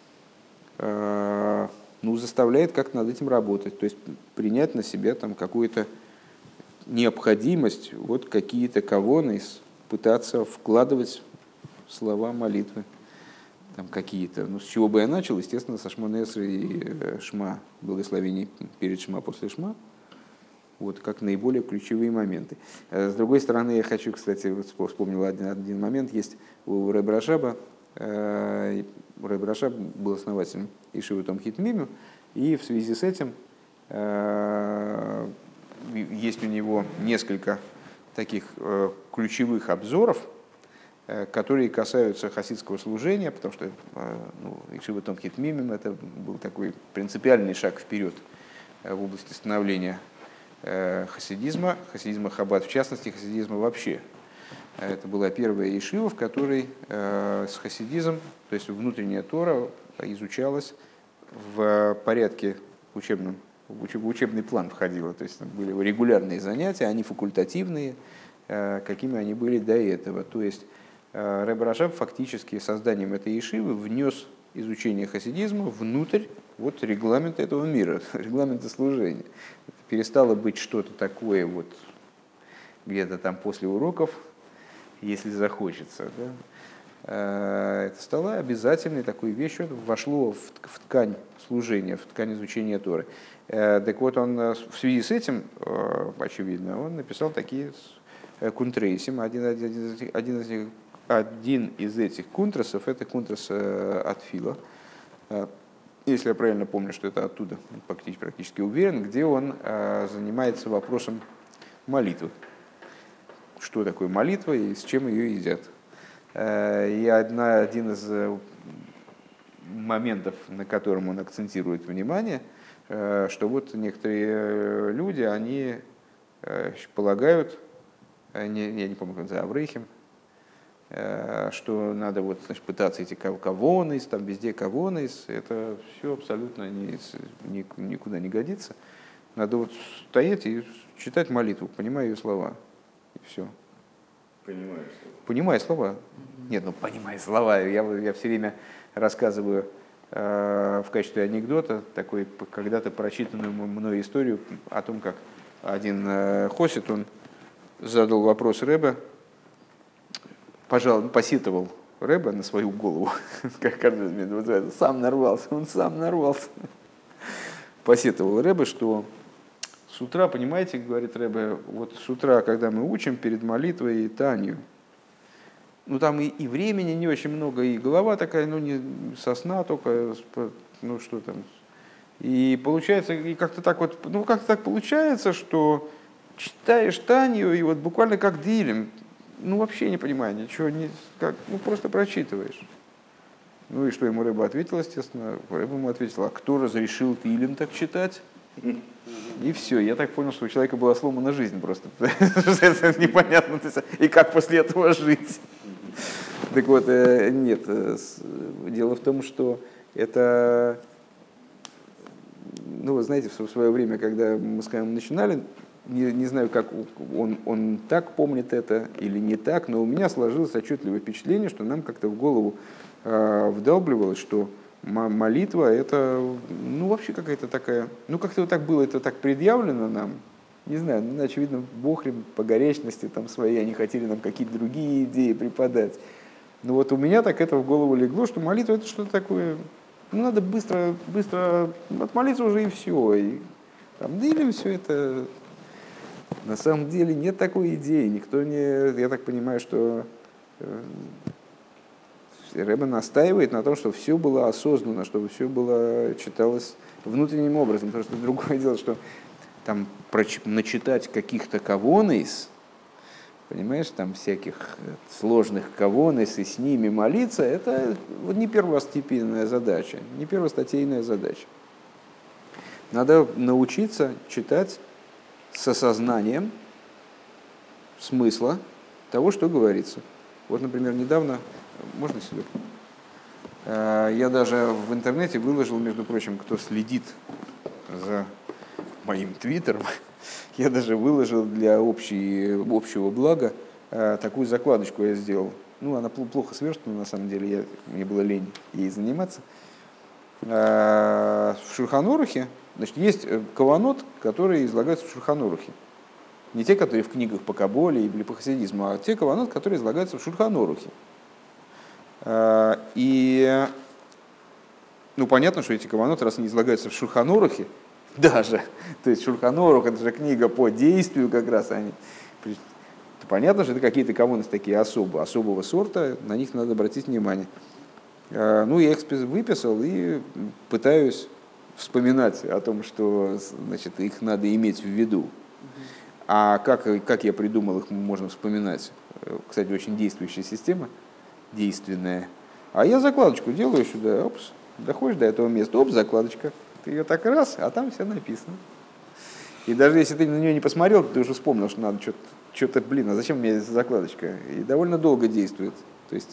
ну, заставляет как-то над этим работать. То есть принять на себя там, какую-то необходимость, вот какие-то кавоны пытаться вкладывать в слова молитвы. Там какие-то, ну, с чего бы я начал, естественно, со Шмона Эсры и Шма, благословений перед Шма, после Шма, вот, как наиболее ключевые моменты. С другой стороны, я хочу, кстати, вспомнил один момент, есть у Ребе Рашаба, Ребе Рашаб был основателем Ишивы Томхит Мимю, и в связи с этим есть у него несколько таких ключевых обзоров, которые касаются хасидского служения, потому что ну, Ишива Томхит Мимим это был такой принципиальный шаг вперед в области становления хасидизма Хаббат в частности, хасидизма вообще. Это была первая ешива, в которой с хасидизмом, то есть внутренняя Тора, изучалась в порядке учебном, в учебный план входила. То есть были регулярные занятия, они факультативные, какими они были до этого. То есть Ребе Рашаб фактически созданием этой ешивы внес изучение хасидизма внутрь вот, регламента этого мира, регламента служения. Это перестало быть что-то такое вот где-то там после уроков, если захочется. Да? Это стало обязательной такой вещью, это вошло в ткань служения, в ткань изучения Торы. Так вот, он в связи с этим, очевидно, он написал такие кунтрейсим. Один из этих кунтрасов – это кунтрас от Фила. Если я правильно помню, что это оттуда, практически уверен, где он занимается вопросом молитвы. Что такое молитва и с чем ее едят. И один из моментов, на котором он акцентирует внимание, что вот некоторые люди, они полагают, я не помню, как это, Аврейхим, что надо вот, значит, пытаться эти кавонис, там везде кавонис, это все абсолютно никуда не годится. Надо вот стоять и читать молитву, понимая ее слова, и все. Понимаешь слова. Понимая слова. Нет, понимая слова. Я все время рассказываю в качестве анекдота такой когда-то прочитанную мной историю о том, как один хосид, он задал вопрос Ребе, посетовал Ребе на свою голову, как каждый называется, он сам нарвался. Посетовал Ребе, что с утра, понимаете, говорит Ребе, вот с утра, когда мы учим перед молитвой и Танью, там и времени не очень много, и голова такая, не со сна только, что там. И получается, и как-то так вот, как-то так получается, что читаешь Танью, и вот буквально как дилем, вообще не понимая ничего, просто прочитываешь. И что ему Ребе ответил, естественно? Ребе ему ответил, а кто разрешил Тилем так читать? И все, я так понял, что у человека была сломана жизнь просто. Это непонятно, и как после этого жить. Так вот, нет, дело в том, что это, вы знаете, в свое время, когда мы с Хаимом начинали, не знаю, как он так помнит это или не так, но у меня сложилось отчетливое впечатление, что нам как-то в голову вдалбливалось, что молитва это, вообще какая-то такая, как-то вот так было, это так предъявлено нам, не знаю, очевидно, Бог им по горячности там своей, они хотели нам какие-то другие идеи преподать. Но вот у меня так это в голову легло, что молитва это что-то такое, надо быстро отмолиться уже и все, и там дылем все это. На самом деле нет такой идеи, никто не, я так понимаю, что Ребе настаивает на том, чтобы все было осознанно, чтобы все было читалось внутренним образом. Потому что другое дело, что там начитать каких-то кавонис, понимаешь, там всяких сложных кавонис и с ними молиться, это вот не первостепенная задача, не первостатейная задача. Надо научиться читать с осознанием смысла того, что говорится. Вот, например, недавно, можно сюда? Я даже в интернете выложил, между прочим, кто следит за моим твиттером, я даже выложил для общего блага такую закладочку я сделал. Она плохо сверстана, на самом деле, мне было лень ей заниматься. В Шульхан Арухе, значит, есть каванот, которые излагаются в Шульхан Арухе. Не те, которые в книгах по Каболе или по хасидизму, а те каванот, которые излагаются в Шульхан Арухе. И понятно, что эти каванот, раз они излагаются в Шульхан Арухе, даже, то есть Шульхан Арух, это же книга по действию как раз, то понятно, что это какие-то каваноты такие особого сорта, на них надо обратить внимание. Я их выписал и пытаюсь вспоминать о том, что, значит, их надо иметь в виду. А как я придумал, их можно вспоминать. Кстати, очень действующая система, действенная. А я закладочку делаю сюда, доходишь до этого места, закладочка. Ты ее так раз, а там все написано. И даже если ты на нее не посмотрел, ты уже вспомнил, что надо что-то, а зачем мне эта закладочка? И довольно долго действует. То есть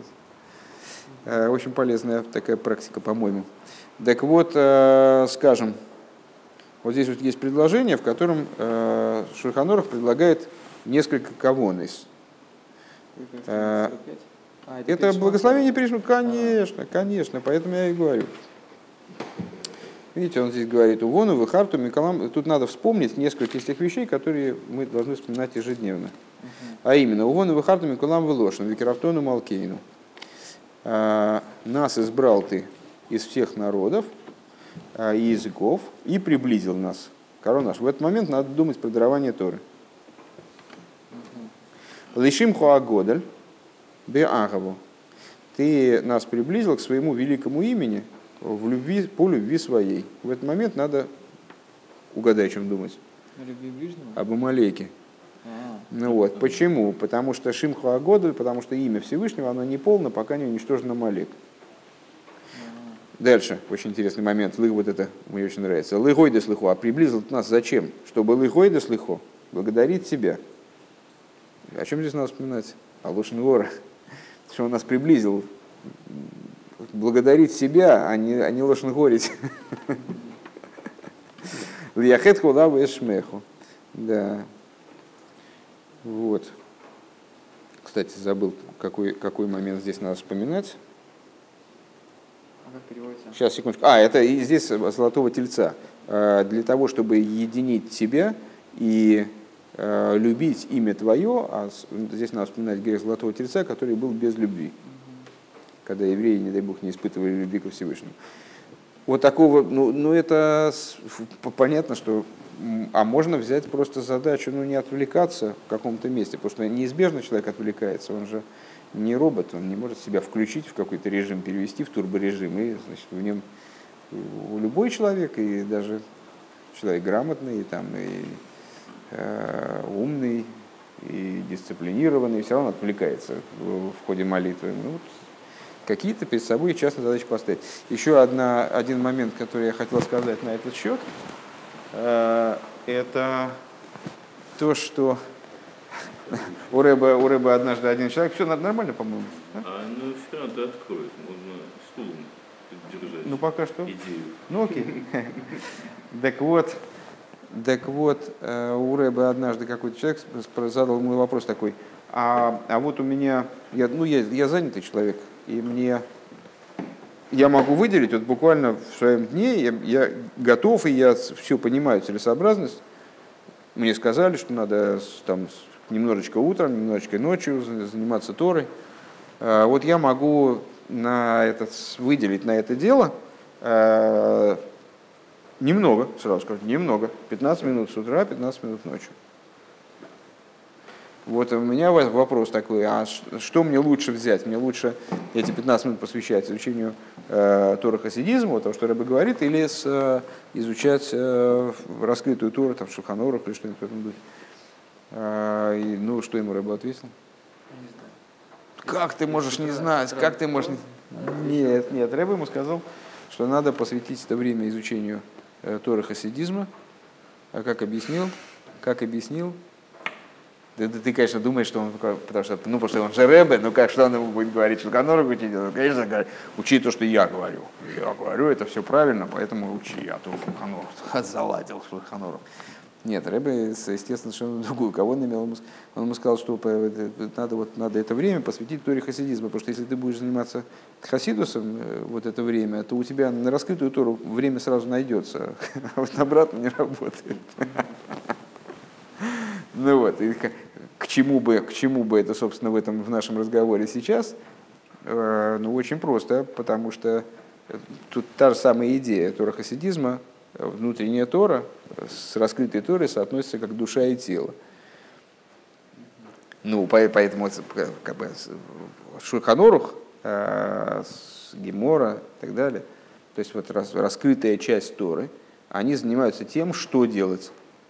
очень полезная такая практика, по-моему. Так вот, скажем, вот здесь вот есть предложение, в котором Шульхан Арух предлагает несколько кавонис. Это благословение Перешут, конечно, поэтому я и говорю. Видите, он здесь говорит, увону, выхарту, микалам. Тут надо вспомнить несколько из тех вещей, которые мы должны вспоминать ежедневно. А именно, увону, выхарту, микалам, вылошен, викерафтону, малкейну. Нас избрал ты из всех народов и языков и приблизил нас. Корона. В этот момент надо думать про дарование Торы. Лишим хуагодель беагаву. Ты нас приблизил к своему великому имени по любви своей. В этот момент надо, угадай, о чем думать. Об Амалеке. Почему? Потому что Шимху Агодель, потому что имя Всевышнего, оно не полно, пока не уничтожен Амалек. Дальше, очень интересный момент. Вот это мне очень нравится. Лыгойда слыху. А приблизил нас зачем? Чтобы лыгойда слыху благодарить себя. О чем здесь надо вспоминать? О лошадь вора. Что он нас приблизил. Благодарить себя, а не лошадь-горить. Льяхет хулаву эшмеху. Да. Вот. Кстати, забыл, какой момент здесь надо вспоминать. А как переводится? Сейчас, секундочку. Это и здесь золотого тельца. Для того, чтобы единить тебя и любить имя твое, а здесь надо вспоминать грех золотого тельца, который был без любви. Когда евреи, не дай бог, не испытывали любви ко Всевышнему. Вот такого, это понятно, что, можно взять просто задачу, не отвлекаться в каком-то месте, потому что неизбежно человек отвлекается, он же не робот, он не может себя включить в какой-то режим, перевести в турборежим, и, значит, в нем любой человек, и даже человек грамотный, и умный, и дисциплинированный, все равно отвлекается в ходе молитвы. Какие-то перед собой частные задачи поставить. Еще один момент, который я хотел сказать на этот счет, это то, что у Рэба однажды один человек, все нормально, по-моему? Да? Все равно ты откроет, можно стулом держать. Пока что. Идею. Окей. Так вот, у Рэба однажды какой-то человек задал ему вопрос такой, а вот у меня, я занятый человек, и я могу выделить, вот буквально в своем дне, я готов, и я все понимаю, целесообразность. Мне сказали, что надо немножечко утром, немножечко ночью заниматься Торой. Вот я могу выделить на это дело немного, сразу скажу, немного, 15 минут с утра, 15 минут ночью. Вот у меня вопрос такой, а что мне лучше взять? Мне лучше эти 15 минут посвящать изучению Торы хасидизма, того, что Рэбе говорит, или изучать раскрытую Тору, Шулхан Арух или что-нибудь в этом духе. Что ему Рэбе ответил? Не знаю. Как ты можешь не знать? Как ты можешь не... Нет, Рэбе ему сказал, что надо посвятить это время изучению Торы хасидизма. А как объяснил? Ты, конечно, думаешь, что он, потому что он же Рэбе, что он ему будет говорить, Шулхан Арух учить? Он, конечно, учи то, что я говорю. Я говорю, это все правильно, поэтому учи, а то Шулхан Арух заладил Шулхан Арух. Нет, Рэбе, естественно, совершенно другую. Кого он имел? Он ему сказал, что надо это время посвятить Торе хасидизма, потому что если ты будешь заниматься хасидусом это время, то у тебя на раскрытую Тору время сразу найдется, а вот обратно не работает. И к чему бы это, собственно, в нашем разговоре сейчас? Очень просто, потому что тут та же самая идея Тора хасидизма, внутренняя Тора с раскрытой Торой соотносится как душа и тело. Поэтому Шулхан Арух, Гемора и так далее, то есть раскрытая часть Торы, они занимаются тем, что делать.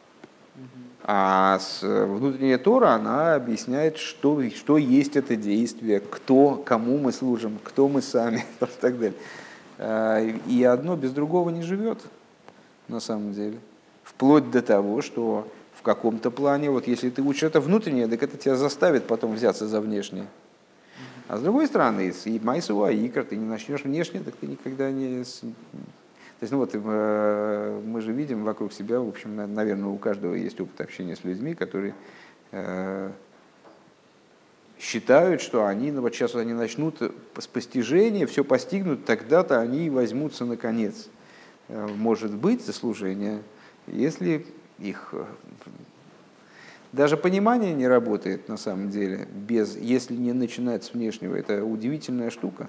А внутренняя Тора, она объясняет, что есть это действие, кому мы служим, кто мы сами и так далее. И одно без другого не живет, на самом деле. Вплоть до того, что в каком-то плане, если ты учишь это внутреннее, так это тебя заставит потом взяться за внешнее. А с другой стороны, и Майсу Аикар, ты не начнешь внешне, так ты никогда не... То есть, мы же видим вокруг себя, в общем, наверное, у каждого есть опыт общения с людьми, которые считают, что они, сейчас они начнут с постижения, все постигнут, тогда-то они возьмутся наконец. Может быть, за служение, если их... Даже понимание не работает на самом деле, если не начинать с внешнего. Это удивительная штука.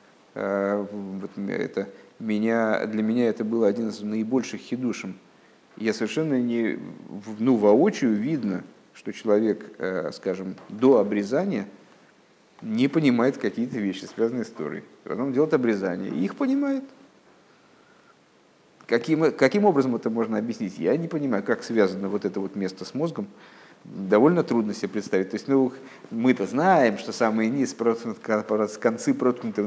Для меня это был один из наибольших хидушим. Я совершенно воочию видно, что человек, скажем, до обрезания не понимает какие-то вещи, связанные с Торой. Потом делает обрезание и их понимает. Каким образом это можно объяснить? Я не понимаю, как связано это место с мозгом. Довольно трудно себе представить. То есть, мы-то знаем, что самый низ концы проткнуты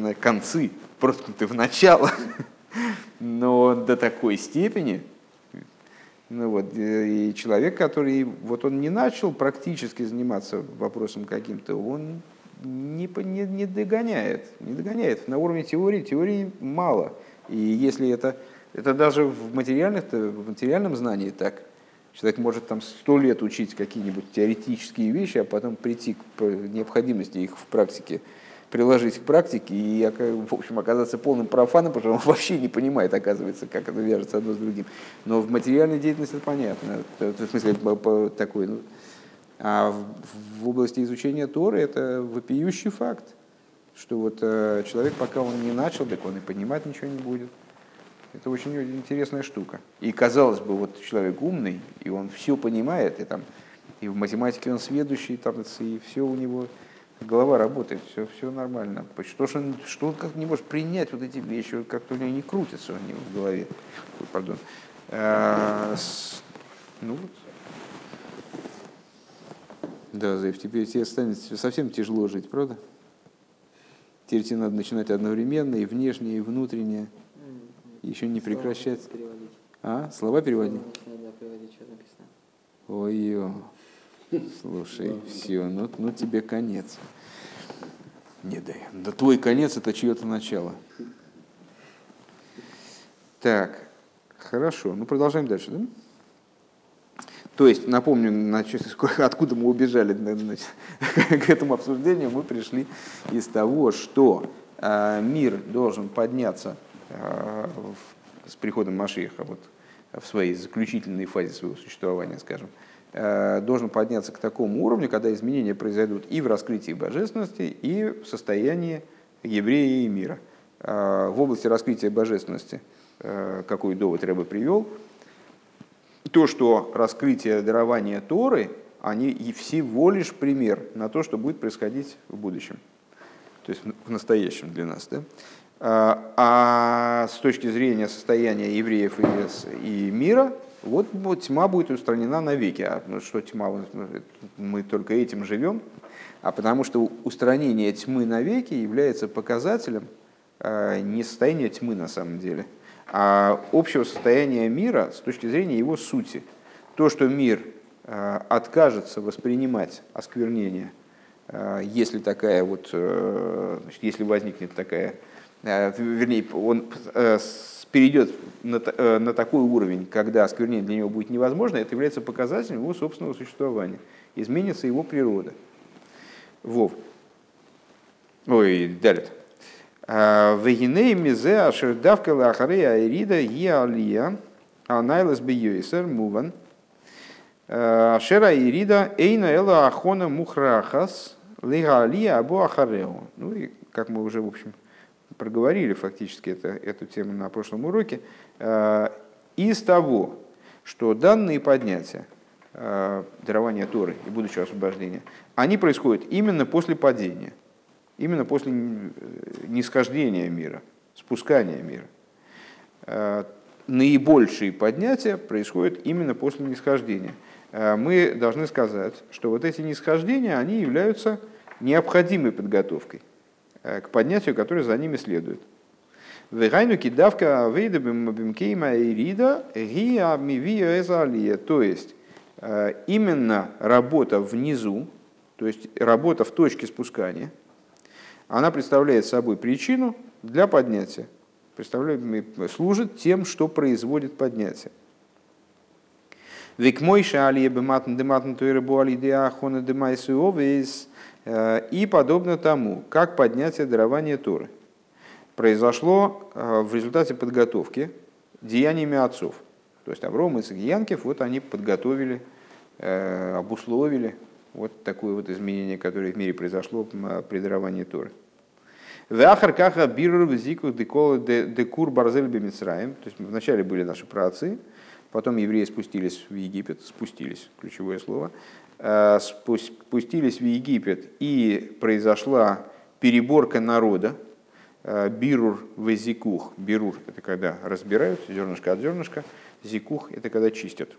в начало. Но до такой степени Ну, вот, и человек, который вот он не начал практически заниматься вопросом каким-то, он не догоняет. На уровне теории мало. И если это даже в материальном знании так. Человек может там 100 лет учить какие-нибудь теоретические вещи, а потом прийти к необходимости их в практике, приложить к практике и, в общем, оказаться полным профаном, потому что он вообще не понимает, оказывается, как это вяжется одно с другим. Но в материальной деятельности это понятно. В смысле, такой. Ну, а в области изучения Торы это вопиющий факт, что вот человек, пока он не начал, так он и понимать ничего не будет. Это очень интересная штука. И казалось бы, вот человек умный, и он все понимает, и в математике он сведущий, и все у него, голова работает, все нормально. Что он как не может принять вот эти вещи, как-то у него не крутятся у него в голове. Ой, пардон. Ну вот. Да, Зайв, теперь тебе станет совсем тяжело жить, правда? Теперь тебе надо начинать одновременно, и внешнее, и внутреннее. Еще не прекращать. Слова переводить? Надо переводить, что написано. Ой-ё. Слушай, все, ну тебе конец. Не дай. Да твой конец это чье-то начало. Так, хорошо. Ну продолжаем дальше, да? То есть, напомню, откуда мы убежали к этому обсуждению, мы пришли из того, что мир должен подняться с приходом Машиаха, вот, в своей заключительной фазе своего существования, скажем, должен подняться к такому уровню, когда изменения произойдут и в раскрытии божественности, и в состоянии еврея и мира. В области раскрытия божественности, какой довод Ребе привел, то, что раскрытие дарования Торы, они и всего лишь пример на то, что будет происходить в будущем, то есть в настоящем для нас. Да? А с точки зрения состояния евреев и мира, вот тьма будет устранена навеки. А что тьма? Мы только этим живем. А потому что устранение тьмы навеки является показателем не состояния тьмы на самом деле, а общего состояния мира с точки зрения его сути. То, что мир откажется воспринимать осквернение, если такая вот, если возникнет такая, вернее, он перейдет на такой уровень, когда осквернение для него будет невозможно, это является показателем его собственного существования. Изменится его природа. Вов. Ой, далее. Вегиней мизе ашердавка лахарея айрида гиалия анайлас бейойсер муван ашера айрида эйна эла ахона мухрахас лигалия абу ахареу. Ну и как мы уже, в общем, проговорили фактически эту тему на прошлом уроке, из того, что данные поднятия, дарования Торы и будущего освобождения, они происходят именно после падения, именно после нисхождения мира, спускания мира. Наибольшие поднятия происходят именно после нисхождения. Мы должны сказать, что вот эти нисхождения, они являются необходимой подготовкой к поднятию, которое за ними следует. То есть именно работа внизу, то есть работа в точке спускания, она представляет собой причину для поднятия, служит тем, что производит поднятие. И подобно тому, как поднятие дарования Торы произошло в результате подготовки деяниями отцов. То есть Авром, Ицхак и Янкев, вот они подготовили, обусловили вот такое вот изменение, которое в мире произошло при даровании Торы. То есть вначале были наши праотцы, потом евреи спустились в Египет, ключевое слово, спустились в Египет, и произошла переборка народа, бирур в зикух. Бирур – это когда разбирают зернышко от зернышка, зикух – это когда чистят.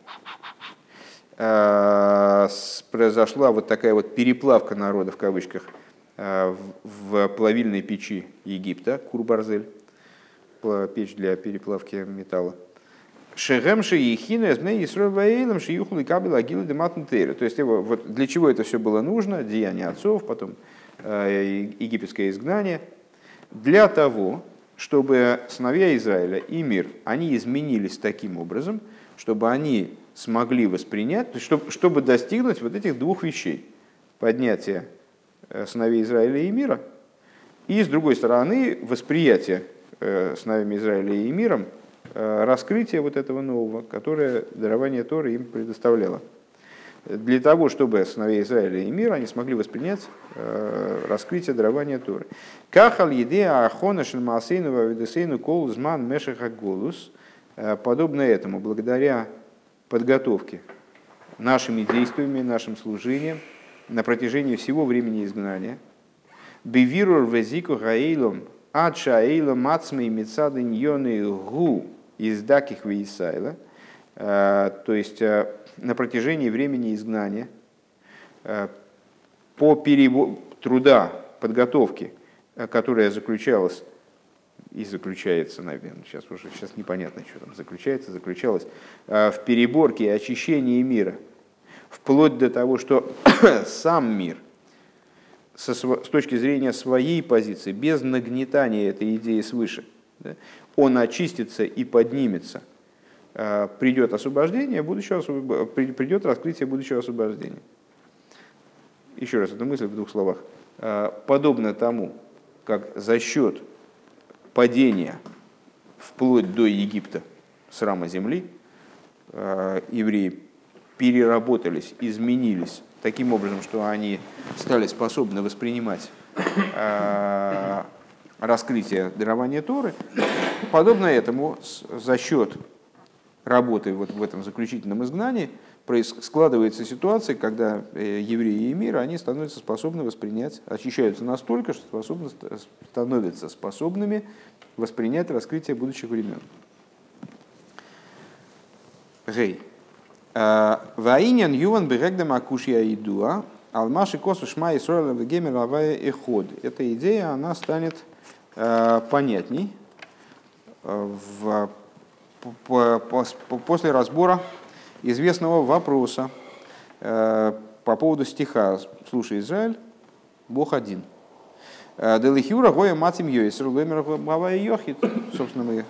Произошла вот такая вот переплавка народа, в кавычках, в плавильной печи Египта, Кур-Барзель, печь для переплавки металла. Шегемши ехина эзмей Исрой ваэйлам шиюхлы кабел агилы дематнтейра. То есть вот для чего это все было нужно? Деяние отцов, потом египетское изгнание. Для того, чтобы сыновья Израиля и мир, они изменились таким образом, чтобы они смогли воспринять, чтобы достигнуть вот этих двух вещей. Поднятия сыновей Израиля и мира, и, с другой стороны, восприятие сыновьями Израиля и миром раскрытие вот этого нового, которое дарование Торы им предоставляло. Для того, чтобы сыновья Израиля и мира, они смогли воспринять раскрытие дарования Торы. Кахал едея ахона шельмаасейну вавидесейну кол зман мешеха голус. Подобно этому, благодаря подготовке нашими действиями, нашим служением на протяжении всего времени изгнания, бивирур везику гаэйлом адша эйлом ацмей мецады ньоны гу издаких вейсайла, то есть на протяжении времени изгнания, по труда подготовки, которая заключалась и заключается, наверное, сейчас непонятно, что там заключалась в переборке и очищении мира, вплоть до того, что сам мир с точки зрения своей позиции, без нагнетания этой идеи свыше, да, он очистится и поднимется, придет освобождение, придет раскрытие будущего освобождения. Еще раз, эту мысль в двух словах. Подобно тому, как за счет падения вплоть до Египта с рама земли евреи переработались, изменились таким образом, что они стали способны воспринимать раскрытие дарования Торы, подобно этому за счет работы вот в этом заключительном изгнании складывается ситуация, когда евреи и мир, они становятся способны воспринять, очищаются настолько, что становятся способными воспринять раскрытие будущих времен. Гей. Ваинян юван бегдам акушья идуа, алмаши косу шма и сорла вегемер авая эход. Эта идея, она станет понятней после разбора известного вопроса по поводу стиха «Слушай, Израиль, Бог один». Делихюра гоя матим йойсер лэмер бава йохит. Собственно, мы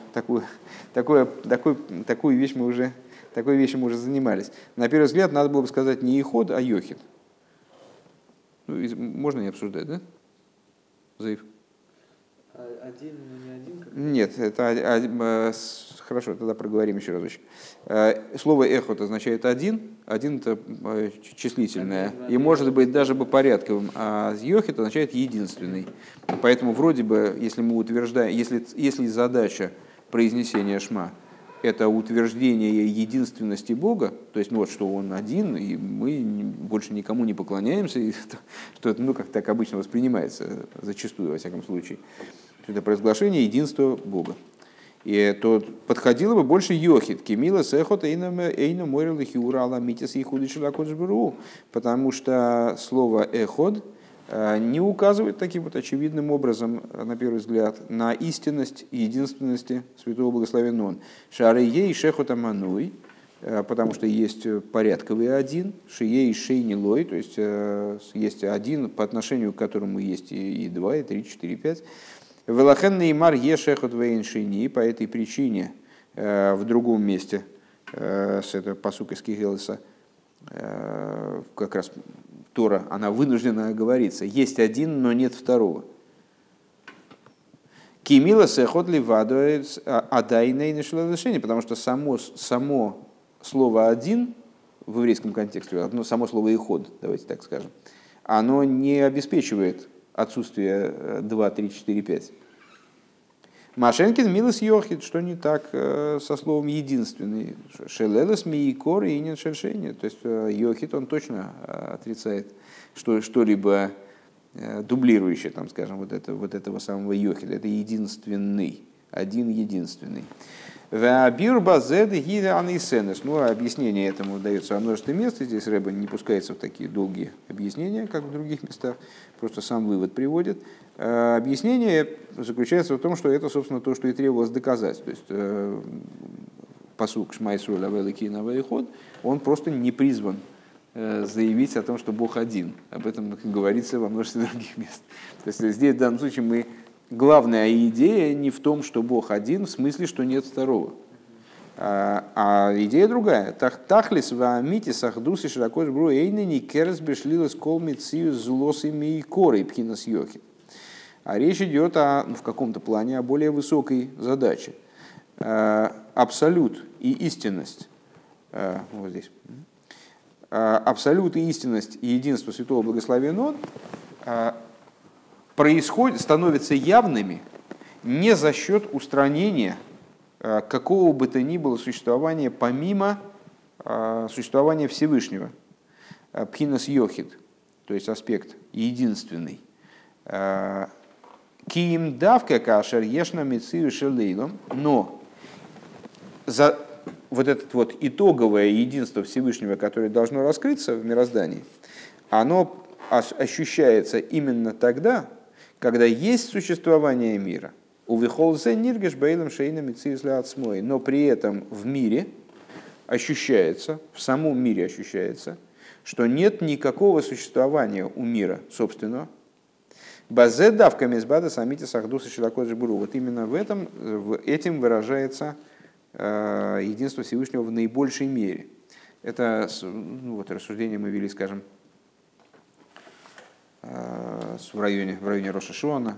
такой вещью мы уже занимались. На первый взгляд, надо было бы сказать не иход, а йохит. Можно не обсуждать, да? Заив? Один, но не один? Нет, это хорошо, тогда проговорим еще разочек. Слово эхот означает один это числительное, и может быть даже бы порядковым, а йохит означает единственный. Поэтому вроде бы, если мы утверждаем, если задача произнесения шма это утверждение единственности Бога, то есть вот что Он один, и мы больше никому не поклоняемся, и что это, как так обычно воспринимается, зачастую, во всяком случае, что это провозглашение единства Бога. И то подходило бы больше йохит, кемила сехот эйна морил хиура аламитис и худишила коджбру, потому что слово эход не указывает таким вот очевидным образом, на первый взгляд, на истинность и единственности Святого Благословен Он. Шары ей шехот амануй, потому что есть порядковый один, шией шейнилой, то есть есть один, по отношению к которому есть и два, и три, четыре, пять. Велахенный мар ешехот вейншини, по этой причине в другом месте, с этого пасука из Кигелеса, как раз Тора, она вынуждена оговориться. Есть один, но нет второго. Кимила сехот ливадо адайна и решение, потому что само слово один в еврейском контексте, само слово иход, давайте так скажем, оно не обеспечивает отсутствие 2, 3, 4, 5. Машенкин милос йохит, что не так со словом единственный. Шелелес миикор и нен шельшение. То есть йохит, он точно отрицает что-либо дублирующее, там, скажем, вот этого самого йохита. Это единственный, один единственный. Объяснение этому дается во множестве мест. Здесь Рэбе не пускается в такие долгие объяснения, как в других местах, просто сам вывод приводит. Объяснение заключается в том, что это, собственно, то, что и требовалось доказать. То есть пасук Шма Исроэль Авай Элокейну Авай Эход, он просто не призван заявить о том, что Бог один. Об этом говорится во множестве других мест. То есть здесь в данном случае главная идея не в том, что Бог один, в смысле, что нет второго. А идея другая. Тахлис ваамити сахдуси широко сбру эйнени керс бешлилас колмицию злосами и корой пхинас йохи. А речь идет в каком-то плане о более высокой задаче. Абсолют и истинность. Вот здесь. Абсолют и истинность и единство Святого Благословен Он становятся явными не за счет устранения какого бы то ни было существования помимо существования Всевышнего. Пхинас йохид, то есть аспект единственный. Киим давка кашер ешна мицию шелейлом, но за вот это вот итоговое единство Всевышнего, которое должно раскрыться в мироздании, оно ощущается именно тогда, когда есть существование мира. Но при этом в мире ощущается, в самом мире ощущается, что нет никакого существования у мира собственного. Базе давками сбада самите сахдуса широко жбуру. Вот именно этим выражается единство Всевышнего в наибольшей мере. Это рассуждение мы вели, скажем, в районе Рош ха-Шана,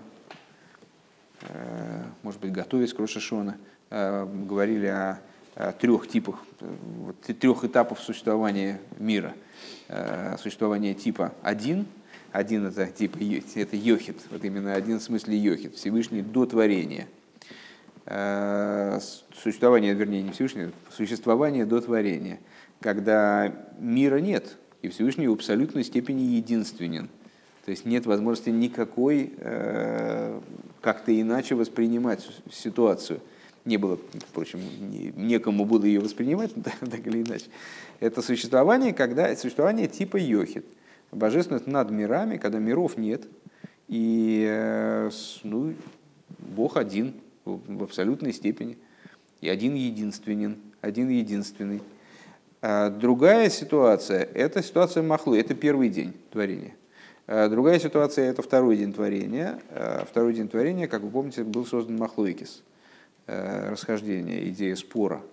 может быть, готовясь к Рош ха-Шана, говорили о трех типах, трех этапах существования мира. Существование типа один это типа это йохид, вот именно один в смысле йохид, Всевышний до творения. Существование, вернее, не Всевышнего, существование до творения, когда мира нет, и Всевышний в абсолютной степени единственен. То есть нет возможности никакой как-то иначе воспринимать ситуацию. Не было, впрочем, некому было ее воспринимать, так или иначе. Это существование, существование типа йохид. Божественность над мирами, когда миров нет, и Бог один в абсолютной степени, и один единственный. А другая ситуация – это ситуация Махлы, это первый день творения. Другая ситуация – это второй день творения. Второй день творения, как вы помните, был создан Махлоикис, расхождение, идея спора.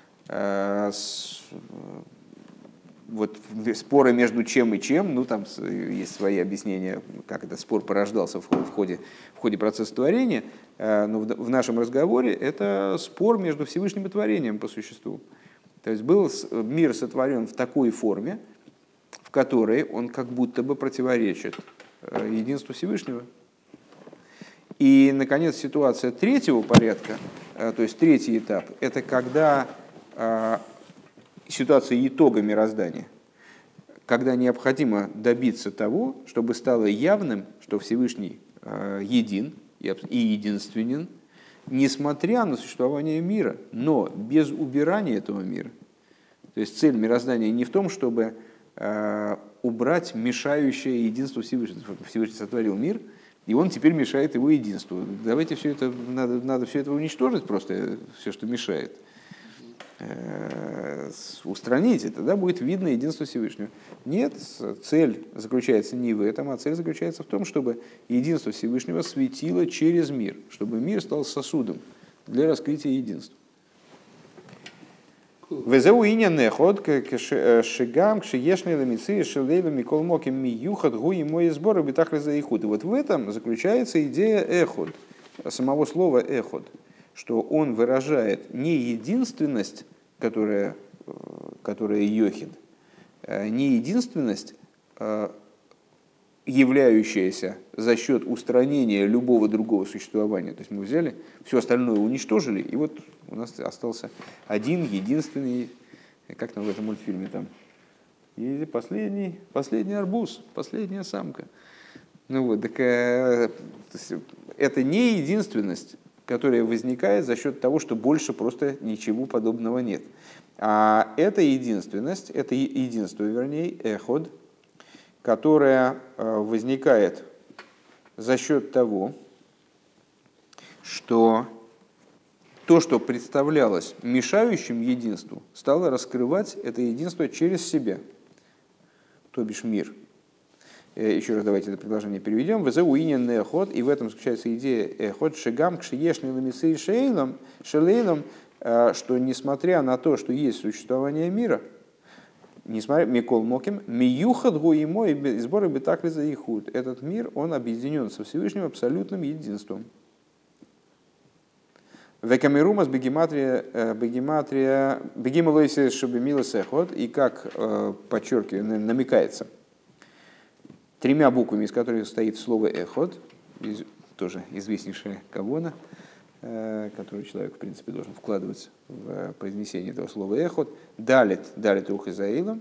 Вот споры между чем и чем, там есть свои объяснения, как этот спор порождался в ходе процесса творения, но в нашем разговоре это спор между Всевышним и творением по существу. То есть был мир сотворен в такой форме, в которой он как будто бы противоречит единству Всевышнего. И, наконец, ситуация третьего порядка, то есть третий этап, это когда ситуация итога мироздания, когда необходимо добиться того, чтобы стало явным, что Всевышний един и единственен, несмотря на существование мира, но без убирания этого мира. То есть цель мироздания не в том, чтобы убрать мешающее единство Всевышнего. Всевышний сотворил мир, и он теперь мешает его единству. Давайте все это, надо все это уничтожить, просто все, что мешает. Устранить это, тогда будет видно единство Всевышнего. Нет, цель заключается не в этом, а цель заключается в том, чтобы единство Всевышнего светило через мир, чтобы мир стал сосудом для раскрытия единства. Везеу иня неход шигам кшиешный ламицы шелейла микол моки миюхат гуи мой сбор обитахли за ихуд. И вот в этом заключается идея эход, самого слова эход, что он выражает не единственность, которая йохид, не единственность, являющаяся за счет устранения любого другого существования. То есть мы взяли, все остальное уничтожили, и вот у нас остался один, единственный, как там в этом мультфильме, там, и последний арбуз, последняя самка. Это не единственность, которая возникает за счет того, что больше просто ничего подобного нет. А это единственность, это единство, вернее, эход, которое возникает за счет того, что то, что представлялось мешающим единству, стало раскрывать это единство через себя, то бишь мир. Еще раз давайте это предложение переведем. «Везеуинен эхот», и в этом заключается идея эхот, «шегам кшиешни ламисы шейлом», что несмотря на то, что есть существование мира, несмотря Микол Моким, Миюхад Гуимо и сборы Бетаклиза и Худ. Этот мир, он объединен со Всевышним абсолютным единством. Векамирумас бегематрия шабемилас эхот, и как подчеркиваю, намекается тремя буквами, из которых состоит слово эхот, тоже известнейшая кавона, которую человек, в принципе, должен вкладывать в произнесение этого слова эхот. Далит ух изаилом.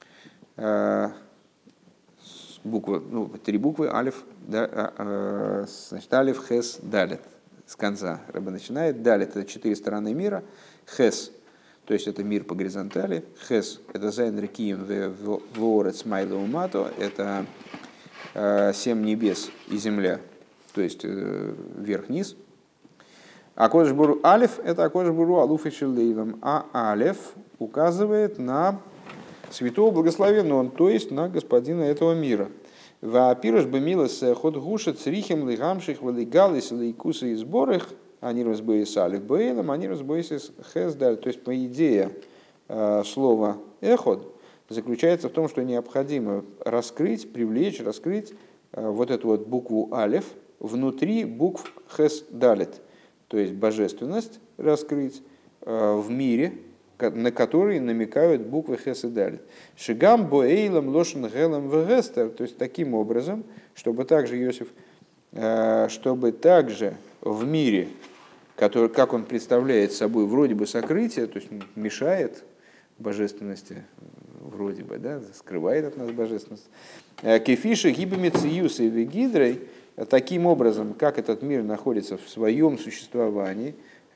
Буква, три буквы, алиф, значит, алиф, хес, далит. С конца Рэбе начинает. Далит — это 4 стороны мира. Хес, то есть это мир по горизонтали. Хес — это зайн рекием веорец майла умато, это 7 небес и земля, то есть вверх-вниз. А Кодеш Бору Алеф — это Кодеш Бору Алуф и Шелейлом. А Алеф указывает на святого благословенного, то есть на господина этого мира. Ваапирош бемилас ход гуша црихем лигамших валигалис лейкуса и сборах, они разбоис алиф бейлом, они разбоис хездаль. То есть, по идее, слова эход заключается в том, что необходимо раскрыть, привлечь, раскрыть вот эту вот букву алиф внутри букв хездалит. То есть божественность раскрыть в мире, на который намекают буквы хес и далит. Шигам боэйлам лошен гелам вегестер. То есть таким образом, чтобы также Иосиф, чтобы также в мире, который, как он представляет собой вроде бы сокрытие, то есть мешает божественности, вроде бы, да, скрывает от нас божественность. Кефиши гибами циюса и вегидрой. Таким образом, как этот мир находится в своем существовании,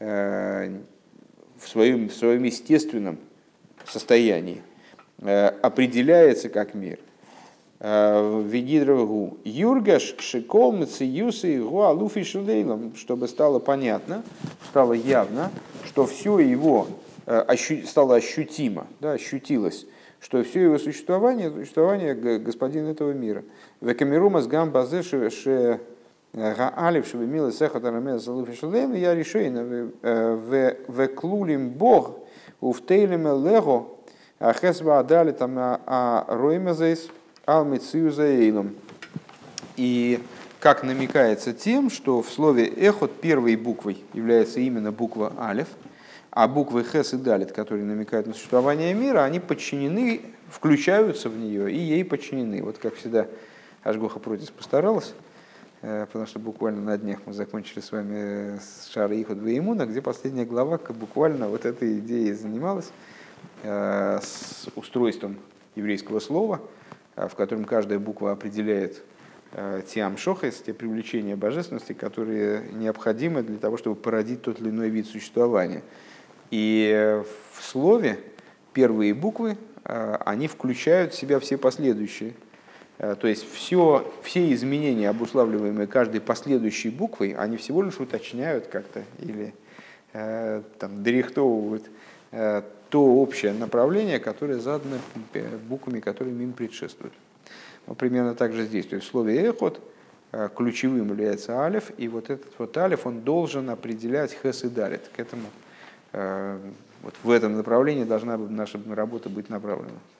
в своем естественном состоянии, определяется как мир. Вегидрову юргаш шикол мциюсы гуалуфи шулейлом, чтобы стало понятно, стало явно, что все его стало ощутимо, да, ощутилось, что все его существование господина этого мира. Векамирумас гамбазе ше гаалев шебемилы сехот арамез залуфи шулейлом я решейна веклулим бог уфтейлем лего ахесва адали там роимезейс алмицюзаейлом. И как намекается тем, что в слове эхот первой буквой является именно буква алеф, а буквы хес и далит, которые намекают на существование мира, они подчинены, включаются в нее и ей подчинены. Вот как всегда Ашгоха Протис постаралась, потому что буквально на днях мы закончили с вами с Шара Ихот Веймуна, где последняя глава буквально вот этой идеей занималась, с устройством еврейского слова, в котором каждая буква определяет те амшохес, те привлечения божественности, которые необходимы для того, чтобы породить тот или иной вид существования. И в слове первые буквы, они включают в себя все последующие. То есть все изменения, обуславливаемые каждой последующей буквой, они всего лишь уточняют как-то или дорихтовывают то общее направление, которое задано буквами, которые им предшествуют. Вот примерно так же здесь. То есть в слове эхот ключевым является алеф, и вот этот вот алеф, он должен определять хес и далит. К этому, вот в этом направлении должна наша работа быть направлена.